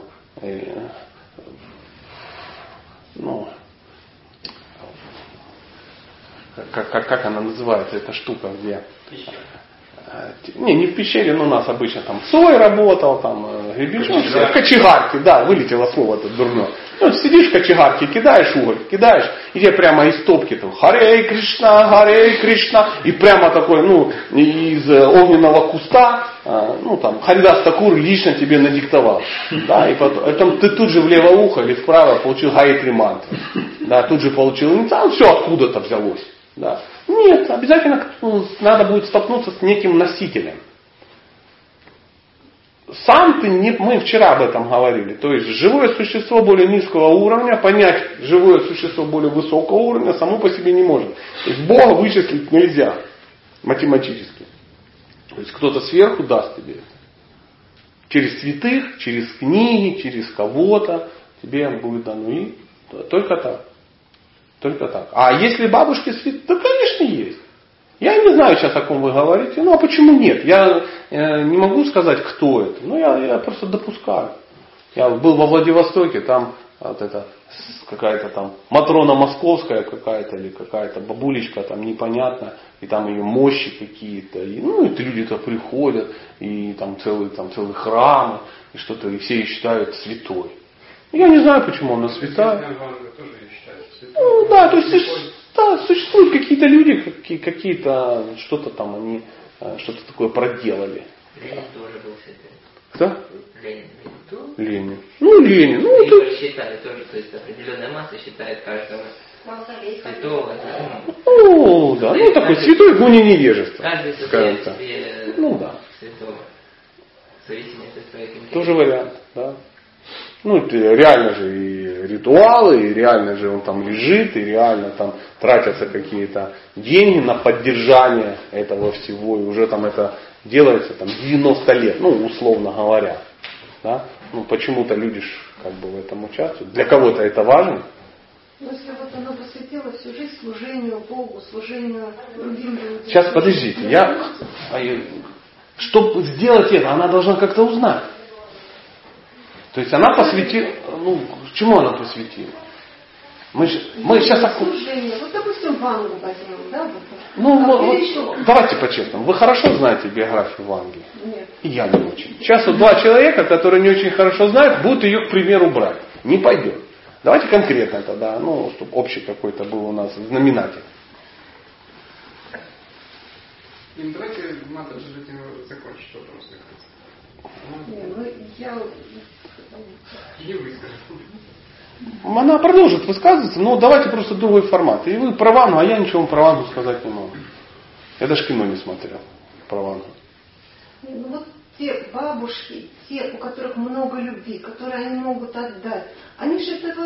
как она называется, эта штука, где... Не в пещере, но у нас обычно там Цой работал, там гребешок, в кочегарке, да, вылетело слово это дурное. Сидишь в кочегарке, кидаешь уголь, и тебе прямо из топки там Харе Кришна, и прямо такой, из огненного куста, там Харидас Такур лично тебе надиктовал. Да, и потом ты тут же в левое ухо или вправо получил Гайатри мантру. Да, тут же получил инициал, все откуда-то взялось. Да. Нет, обязательно надо будет столкнуться с неким носителем. Сам ты не... Мы вчера об этом говорили. То есть живое существо более низкого уровня, понять живое существо более высокого уровня само по себе не может. То есть Бога вычислить нельзя математически. То есть кто-то сверху даст тебе это. Через святых, через книги, через кого-то тебе будет дано. И только так. Только так. А если бабушки святые, да, конечно, есть. Я не знаю сейчас, о ком вы говорите. А почему нет? Я не могу сказать, кто это. Я просто допускаю. Я был во Владивостоке, там какая-то там Матрона Московская какая-то или какая-то бабулечка там непонятно, и там ее мощи какие-то, и, ну, и люди-то приходят, и там целые храмы, и что-то, и все ее считают святой. Я не знаю, почему она святая. Ну да, то есть да, существуют какие-то люди, какие-то что-то там они что-то такое проделали. Ленин тоже был святой. Кто? Ленин. Ленин. Ну, Ленин. Ну, это... считали тоже, то есть определенная масса считает каждого святого. Ну, да, ну такой святой в гуне невежества. Каждый скажем состоит так. себе Ну да. святого. В зависимости от своих интересов. Тоже вариант, да. Ну, это реально же и ритуалы, и реально же он там лежит, и реально там тратятся какие-то деньги на поддержание этого всего, и уже там это делается там 90 лет, ну, условно говоря. Да? Ну, почему-то люди ж как бы в этом участвуют. Для кого-то это важно. Но если вот она посвятила всю жизнь служению Богу, служению другим людям. Сейчас, подождите, чтобы сделать это, она должна как-то узнать. То есть она посвятила, ну, чему она посвятила? Мы сейчас так... Служение. Вот, допустим, Вангу возьмем, да? Ну, давайте по-честному. Вы хорошо знаете биографию Ванги? Нет. И я не очень. Сейчас вот два человека, которые не очень хорошо знают, будут ее, к примеру, брать. Не пойдет. Давайте конкретно тогда, ну, чтобы общий какой-то был у нас знаменатель. Давайте Матаджи закончить вопрос. Не выскажу. Она продолжит высказываться, но давайте просто другой формат. И вы про Вангу, а я ничего про Вангу сказать не могу. Я даже кино не смотрел про Вангу. Ну, вот те бабушки, те, у которых много любви, которые они могут отдать, они же этого,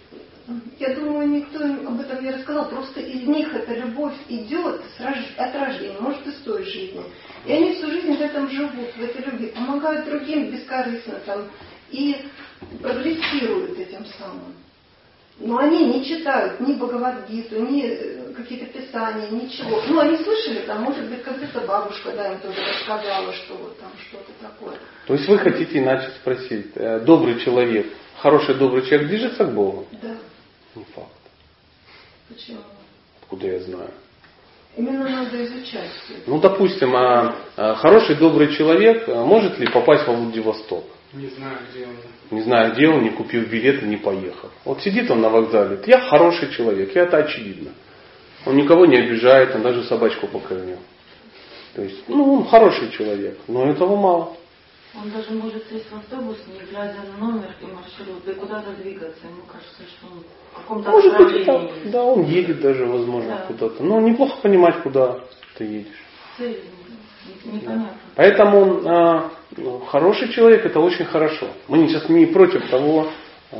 я думаю, никто об этом не рассказал, просто из них эта любовь идет от рождения, может и с той жизни. И они всю жизнь в этом живут, в этой любви, помогают другим бескорыстно там, и прогрессируют этим самым. Но они не читают ни Бхагавад-гиту, ни какие-то писания, ничего. Ну, они слышали, там, может быть, как-то бабушка, да, им тоже рассказала, что вот там что-то такое. То есть вы хотите иначе спросить, добрый человек, хороший добрый человек движется к Богу? Да. Не факт. Почему? Откуда я знаю? Именно надо изучать все. Ну, допустим, хороший добрый человек может ли попасть во Владивосток? Не знаю, где он. Не знаю, где он, не купил билет и не поехал. Вот сидит он на вокзале, говорит, я хороший человек, и это очевидно. Он никого не обижает, он даже собачку покормил. То есть, ну, он хороший человек, но этого мало. Он даже может сесть в автобус, не глядя на номер и маршрут, и куда-то двигаться. Ему кажется, что он в каком-то Может быть, направлении. да, он едет даже, возможно, Да. куда-то. Но неплохо понимать, куда ты едешь. Цель непонятно. Поэтому хороший человек это очень хорошо. Мы сейчас не против того,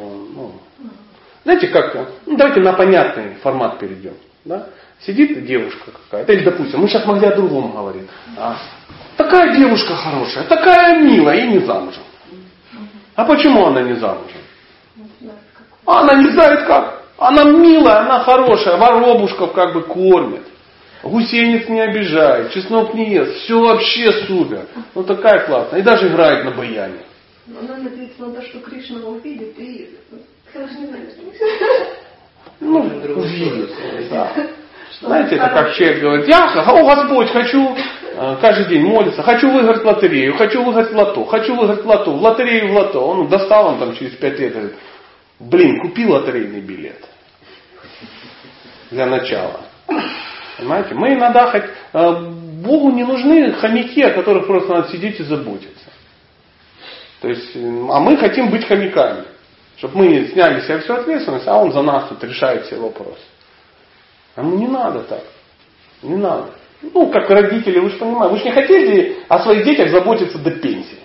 знаете как, давайте на понятный формат перейдем. Да? Сидит девушка какая-то, или допустим, мы сейчас могли о другом говорить. Такая девушка хорошая, такая милая и не замужем. А почему она не замужем? Она не знает как. Она милая, она хорошая, воробушков как бы кормит. Гусениц не обижает, чеснок не ест, все вообще супер. Ну такая классная. И даже играет на баяне. Она надеется на то, что Кришна его увидит и... Ну, увидит. Да. Знаете, это как человек говорит, я, Господь, хочу каждый день молиться, хочу выиграть лотерею, хочу выиграть в лото, хочу выиграть в лото, в лотерею в лото. Он достал, он там через 5 лет говорит, блин, купи лотерейный билет. Для начала. Понимаете? Мы иногда Богу не нужны хомяки, о которых просто надо сидеть и заботиться. То есть, а мы хотим быть хомяками. Чтобы мы сняли с себя всю ответственность, а он за нас тут решает все вопросы. А ну не надо так. Не надо. Ну, как родители, вы же понимаете, вы же не хотели о своих детях заботиться до пенсии.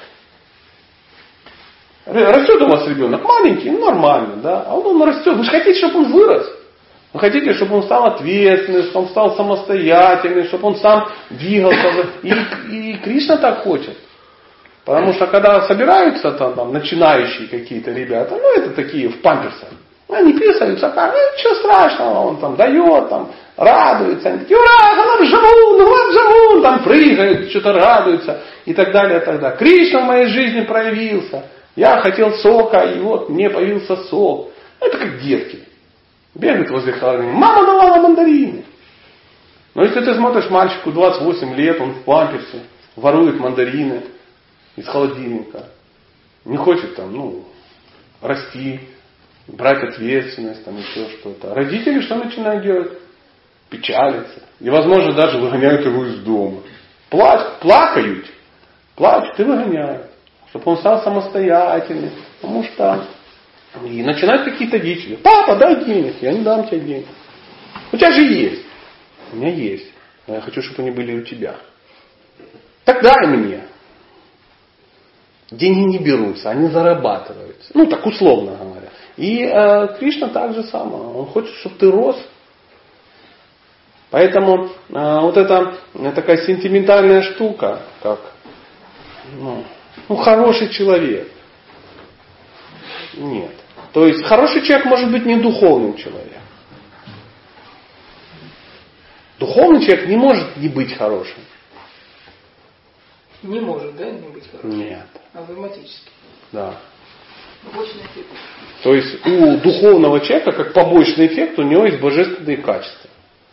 Растет у вас ребенок маленький, нормально, да? А он растет. Вы же хотите, чтобы он вырос. Вы хотите, чтобы он стал ответственным, чтобы он стал самостоятельным, чтобы он сам двигался. И Кришна так хочет. Потому что когда собираются там начинающие какие-то ребята, ну это такие в памперсах, они писаются, как, ничего страшного, он там дает, там радуется, они такие, ура, Галабжамун, там прыгают, что-то радуются и так далее, и так далее. Кришна в моей жизни проявился, я хотел сока, и вот мне появился сок. Это как детки. Бегают возле холодильника. Мама дала мандарины. Но если ты смотришь мальчику 28 лет, он в памперсе, ворует мандарины из холодильника. Не хочет там, расти, брать ответственность, там еще что-то. Родители что начинают делать? Печалятся. И, возможно, даже выгоняют его из дома. Плакают и выгоняют. Чтобы он стал самостоятельным. Потому что... И начинают какие-то дичи. Папа, дай денег. Я не дам тебе денег. У тебя же есть. У меня есть. Но я хочу, чтобы они были у тебя. Так дай мне. Деньги не берутся, они зарабатываются. Так условно говоря. И Кришна так же самое. Он хочет, чтобы ты рос. Поэтому вот эта такая сентиментальная штука, как хороший человек. Нет. То есть хороший человек может быть не духовным человеком. Духовный человек не может не быть хорошим. Не может, да, не быть хорошим? Нет. Автоматически. Да. Побочный эффект. То есть у духовного человека, как побочный эффект, у него есть божественные качества.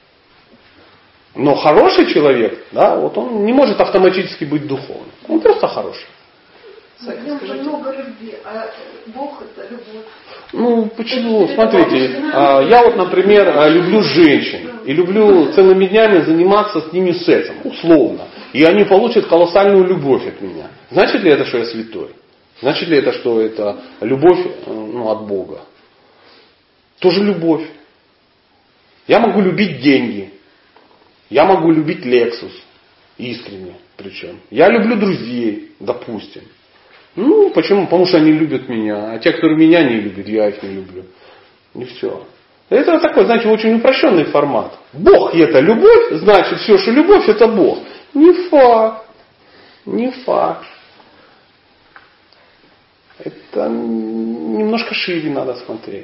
Но хороший человек, он не может автоматически быть духовным. Он просто хороший. В нем же много любви, а Бог это любовь. Почему? Смотрите, я например, люблю женщин. И люблю целыми днями заниматься с ними сексом. Условно. И они получат колоссальную любовь от меня. Значит ли это, что я святой? Значит ли это, что это любовь от Бога? Тоже любовь. Я могу любить деньги. Я могу любить Lexus. Искренне причем. Я люблю друзей, допустим. Почему? Потому что они любят меня. А те, которые меня не любят, я их не люблю. И все. Это такой, знаете, очень упрощенный формат. Бог это любовь, значит все, что любовь, это Бог. Не факт. Не факт. Это немножко шире надо смотреть.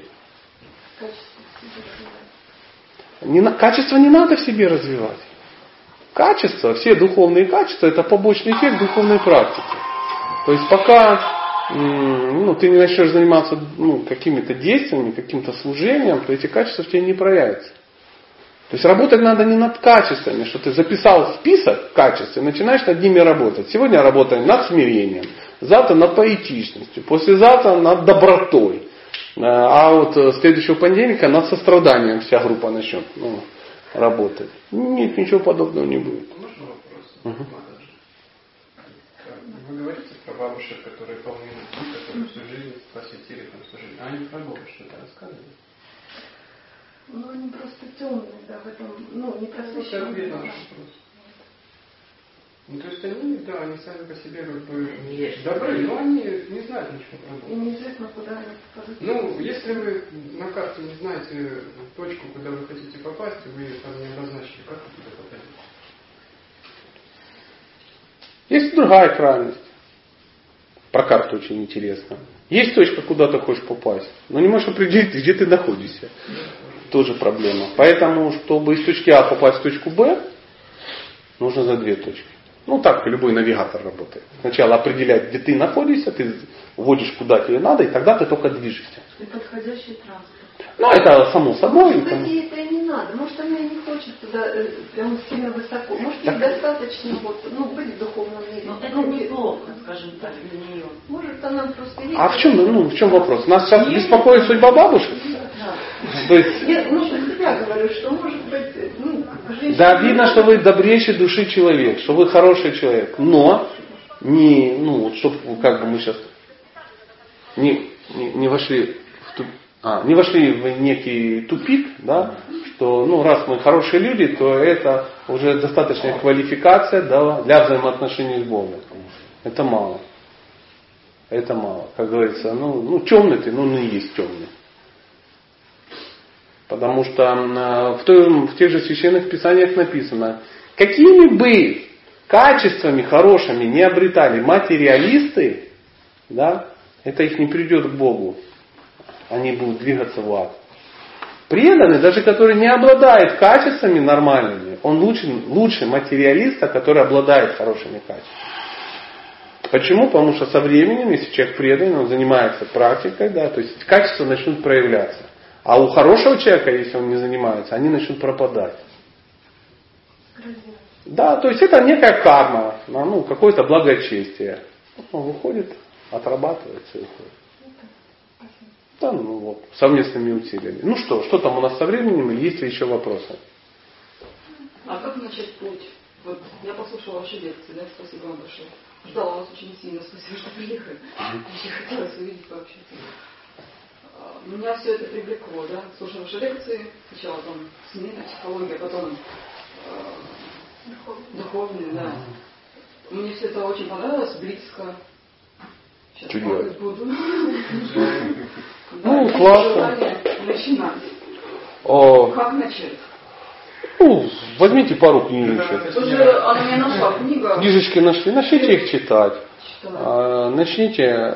Качество не надо в себе развивать. Качество, все духовные качества, это побочный эффект духовной практики. То есть пока ты не начнешь заниматься какими-то действиями, каким-то служением, то эти качества в тебе не проявятся. То есть работать надо не над качествами, что ты записал список качеств и начинаешь над ними работать. Сегодня работаем над смирением, завтра над поэтичностью, послезавтра над добротой. А вот следующего понедельника над состраданием вся группа начнет работать. Нет, ничего подобного не будет. Можно вопрос? Вы говорите про бабушек, которые полны любви, которые всю жизнь посвятили служению. А они про Бога что-то рассказывают? Они просто темные, да, в этом, не просвещенные. То есть они сами по себе добры, но они не знают ничего про Бога. И неизвестно, куда они попадут. Если вы на карте не знаете точку, куда вы хотите попасть, вы ее там не обозначили, как вы туда попадете? Есть другая крайность. Про карту очень интересно. Есть точка, куда ты хочешь попасть, но не можешь определить, где ты находишься. Тоже проблема. Поэтому, чтобы из точки А попасть в точку Б, нужно за две точки. Так любой навигатор работает. Сначала определять, где ты находишься, ты вводишь, куда тебе надо, и тогда ты только движешься. И подходящий транспорт. Это само собой. Может быть, ей это и не надо. Может, она и не хочет туда прям сильно высоко. Может, ей достаточно быть в духовном мире. Но это неплохо, скажем так, для нее. Может, она просто... А в чем вопрос? Нас сейчас беспокоит судьба бабушек? Да. То есть... Я говорю, что может быть... женщина... Да, видно, что вы добрейшей души человек, что вы хороший человек. Но чтобы мы сейчас не вошли не вошли в некий тупик, что раз мы хорошие люди, то это уже достаточная квалификация для взаимоотношений с Богом. Это мало. Это мало. Как говорится, темный ты, и есть темный. Потому что в тех же священных писаниях написано, какими бы качествами хорошими не обретали материалисты, это их не придет к Богу. Они будут двигаться в ад. Преданный, даже который не обладает качествами нормальными, он лучше материалиста, который обладает хорошими качествами. Почему? Потому что со временем, если человек предан, он занимается практикой, да, то есть качества начнут проявляться. А у хорошего человека, если он не занимается, они начнут пропадать. Да, то есть это некая карма, ну, какое-то благочестие. Он выходит, отрабатывается и уходит. Да, ну вот, совместными усилиями. Ну что там у нас со временем, и есть ли еще вопросы? А как начать путь? Вот я послушала ваши лекции, да, спасибо вам большое. Ждала вас очень сильно, спасибо, что приехали. Очень хотелось увидеть, пообщаться. Меня все это привлекло, да, слушала ваши лекции, сначала там семейная психология, потом духовные, да. Мне все это очень понравилось, близко. Сейчас делать? Буду. Ну, классно. Начинать. О, Как начать? ну, возьмите пару книжечек. Уже она мне нашла книга. Книжечки нашли, начните их читать. Начните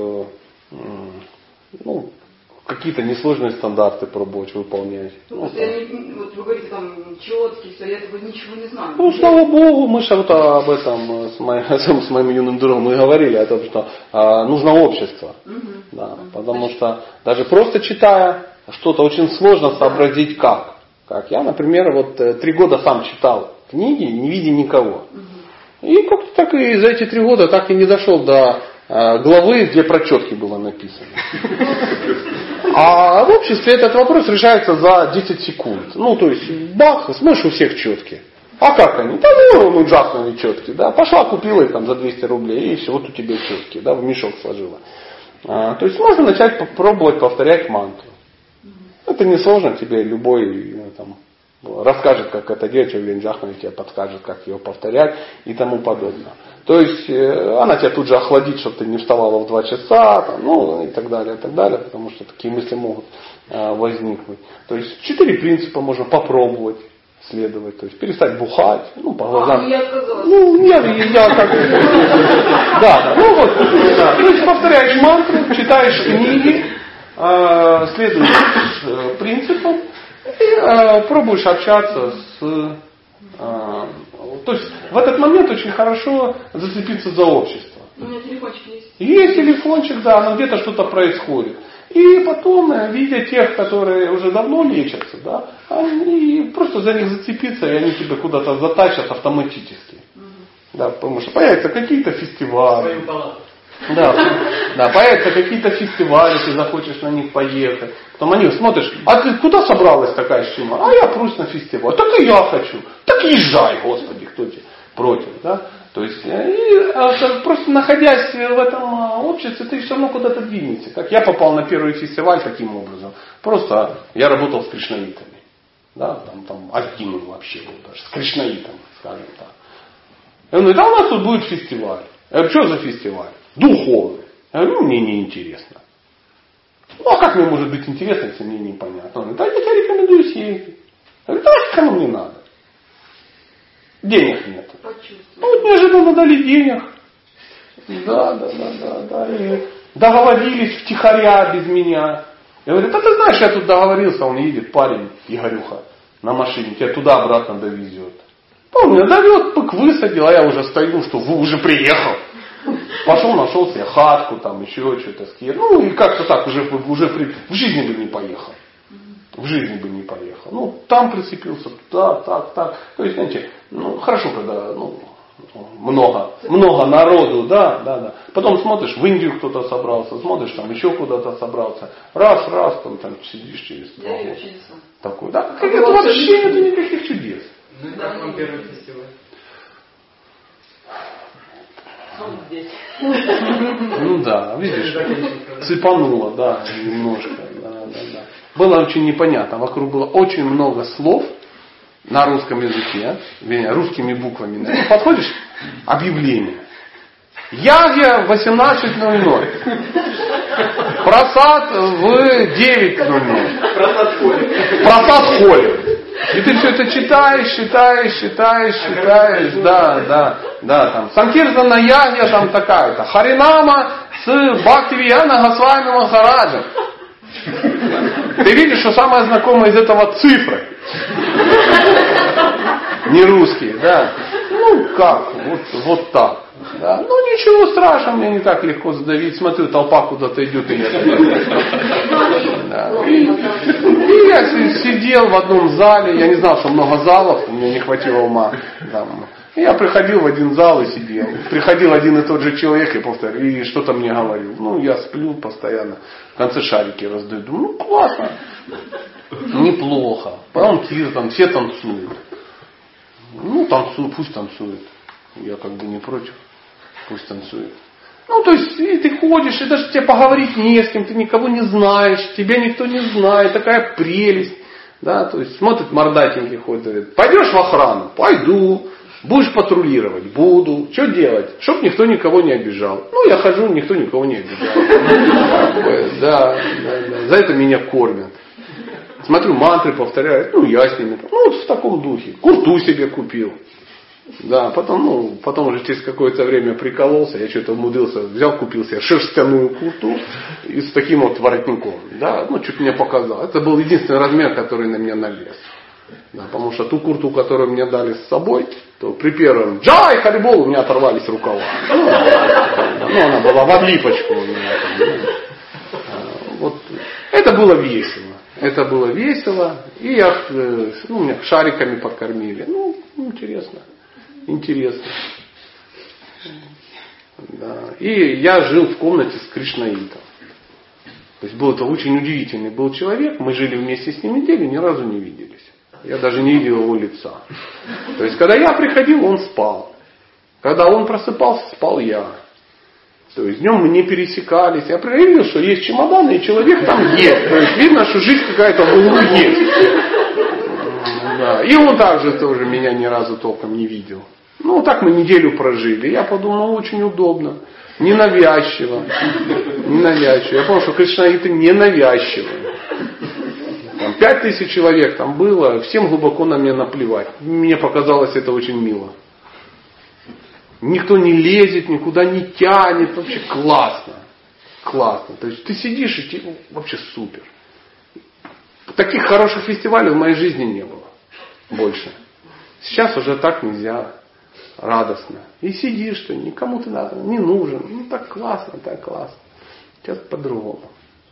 ну, какие-то несложные стандарты пробовать выполнять. Вот вы говорите там четкий, все, я этого ничего не знаю. Ну, слава Богу, мы же вот об этом с моим юным другом мы говорили, о том, что нужно общество. Да, потому что даже просто читая что-то очень сложно сообразить как. Я, например, вот 3 года сам читал книги, не видя никого. И как-то так и за эти 3 года так и не дошел до главы, где про четки было написано. А в обществе этот вопрос решается за 10 секунд. Ну, то есть, бах, смотришь, у всех четки. А как они? Да ну джахнули четки. Да? Пошла, купила их там за 200 рублей, и все, вот у тебя четки, да, в мешок сложила. То есть можно начать попробовать повторять мантру. Это несложно, тебе любой там, расскажет, как это делать, Евлин Джахман тебе подскажет, как ее повторять и тому подобное. То есть она тебя тут же охладит, чтобы ты не вставала в 2 часа, там, ну и так далее, потому что такие мысли могут возникнуть. То есть 4 принципа можно попробовать следовать, то есть перестать бухать, ну по глазам. Я отказалась. Ну, я как да, ну вот, да. То есть повторяешь мантру, читаешь книги, следуешь принципам и пробуешь общаться с... То есть в этот момент очень хорошо зацепиться за общество. У меня телефончик есть. Есть телефончик, да, но где-то что-то происходит. И потом, видя тех, которые уже давно лечатся, да, и просто за них зацепиться, и они тебя куда-то затащат автоматически. Да, потому что появятся какие-то фестивали. Да, появятся какие-то фестивали, ты захочешь на них поехать. Потом они смотришь, а ты куда собралась такая щема? А я прусь на фестиваль. Так и я хочу. Так езжай, Господи, кто тебе против, да? То есть, просто находясь в этом обществе, ты все равно куда-то двинешься. Как я попал на первый фестиваль таким образом. Просто я работал с кришнаитами. Да, там один вообще был даже, с кришнаитом, скажем так. И он говорит, а у нас тут будет фестиваль. Я говорю, что за фестиваль? Духовный. Я говорю, мне не интересно. Ну, а как мне может быть интересно, если мне непонятно? Он говорит, а я тебе рекомендую съездить. Я говорю, да, кому мне надо. Денег нет. Ну, вот неожиданно дали денег. Да. И договорились втихаря без меня. Я говорю, да ты знаешь, я тут договорился, он едет, парень, Игорюха, на машине, тебя туда-обратно довезет. Он меня довез, пык высадил, а я уже стою, что уже приехал. Пошел, нашел себе хатку, там еще что-то скир. Ну и как-то так, уже в жизни бы не поехал. В жизни бы не поехал. Ну, там прицепился, туда, так. То есть, знаете, ну, хорошо, когда много народу, да. Потом смотришь, в Индию кто-то собрался, смотришь, там еще куда-то собрался. Раз, там сидишь через 2 года. Такой, да, это вообще нет никаких чудес. Ну и как вам первый фестиваль? Ну да, видишь, цепануло, да, немножко. Да. Было очень непонятно. Вокруг было очень много слов на русском языке, русскими буквами. Подходишь, объявление. Ягья в 18:00. Просад в 9:00. Просад в холе. И ты все это читаешь, да, там, Санкиртана Ягья там такая-то, Харинама с Бхактивияна Госвами Махараджем. Ты видишь, что самое знакомое из этого цифры. Не русские, да. Ну как, вот так. Да. Ну ничего страшного, меня не так легко задавить. Смотрю, толпа куда-то идет и я. Да. И я сидел в одном зале, я не знал, что много залов, у меня не хватило ума. Там. Я приходил в один зал и сидел. Приходил один и тот же человек, и повторяю, и что-то мне говорил. Ну, я сплю постоянно, в конце шарики раздаю. Думаю, ну классно, неплохо. Потом киртан, все танцуют. Ну, танцуют, пусть танцуют. Я как бы не против, пусть танцуют. Ну, то есть, и ты ходишь, и даже тебе поговорить не с кем, ты никого не знаешь, тебя никто не знает, такая прелесть. Да, то есть, смотрит мордатенький ходит, говорит, пойдешь в охрану? Пойду. Будешь патрулировать? Буду. Что делать? Чтоб никто никого не обижал. Ну, я хожу, никто никого не обижал. Да. За это меня кормят. Смотрю, мантры повторяют. Ну, я с ними. Ну, вот в таком духе. Курту себе купил. Да, потом уже через какое-то время прикололся, я что-то умудрился, взял, купил себе шерстяную курту и с таким вот воротником. Да, ну, чуть мне показал. Это был единственный размер, который на меня налез. Да, потому что ту курту, которую мне дали с собой, то при первом «Джай, Харибол» у меня оторвались рукава. Ну, она была в облипочку у меня. Вот. Это было весело. Это было весело. И я, меня шариками покормили. Ну, интересно. Интересно. Да. И я жил в комнате с Кришнаитом. То есть был это очень удивительный был человек. Мы жили вместе с ним неделю, ни разу не виделись. Я даже не видел его лица. То есть, когда я приходил, он спал. Когда он просыпался, спал я. То есть, днем мы не пересекались. Я проверил, что есть чемоданы, и человек там есть. То есть, видно, что жизнь какая-то в углу есть. Да. И он также тоже меня ни разу толком не видел. Ну, так мы неделю прожили. Я подумал, очень удобно. Ненавязчиво. Я помню, что кришнаиты ненавязчивые. Там 5000 человек там было, всем глубоко на меня наплевать. Мне показалось это очень мило. Никто не лезет, никуда не тянет, вообще классно. Классно. То есть ты сидишь и тебе вообще супер. Таких хороших фестивалей в моей жизни не было. Больше. Сейчас уже так нельзя. Радостно. И сидишь, что никому ты не нужен. Ну так классно, так классно. Сейчас по-другому.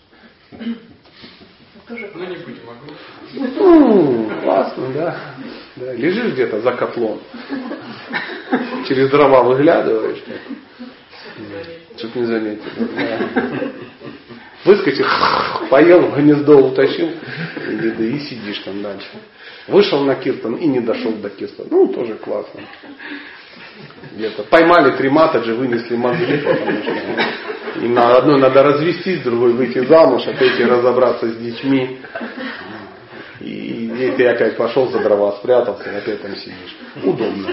Ну не будем классно, да. Лежишь где-то за котлом. Через дрова выглядываешь. Чтоб не заметили. Да. Выскочил, поел, в гнездо утащил. И сидишь там дальше. Вышел на киртан и не дошел до киртана. Ну, тоже классно. Где-то поймали 3 матаджи, вынесли мозги, потому что им на одной надо развестись, другой выйти замуж, а третий разобраться с детьми. И ты опять пошел за дрова, спрятался, и опять там сидишь. Удобно.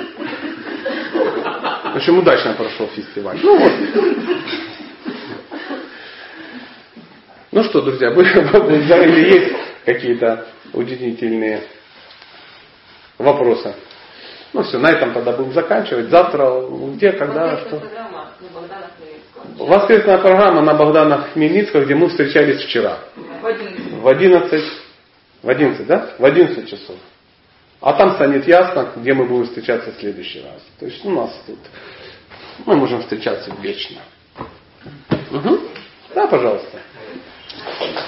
В общем, удачно прошел фестиваль. Ну вот. Ну что, друзья, или есть какие-то удивительные вопросы? Ну все, на этом тогда будем заканчивать. Завтра, где, когда, что? Воскресная программа на Богдана Хмельницкого, где мы встречались вчера. В 11, да? В 11 часов. А там станет ясно, где мы будем встречаться в следующий раз. То есть у нас тут мы можем встречаться вечно. Угу. Да, пожалуйста.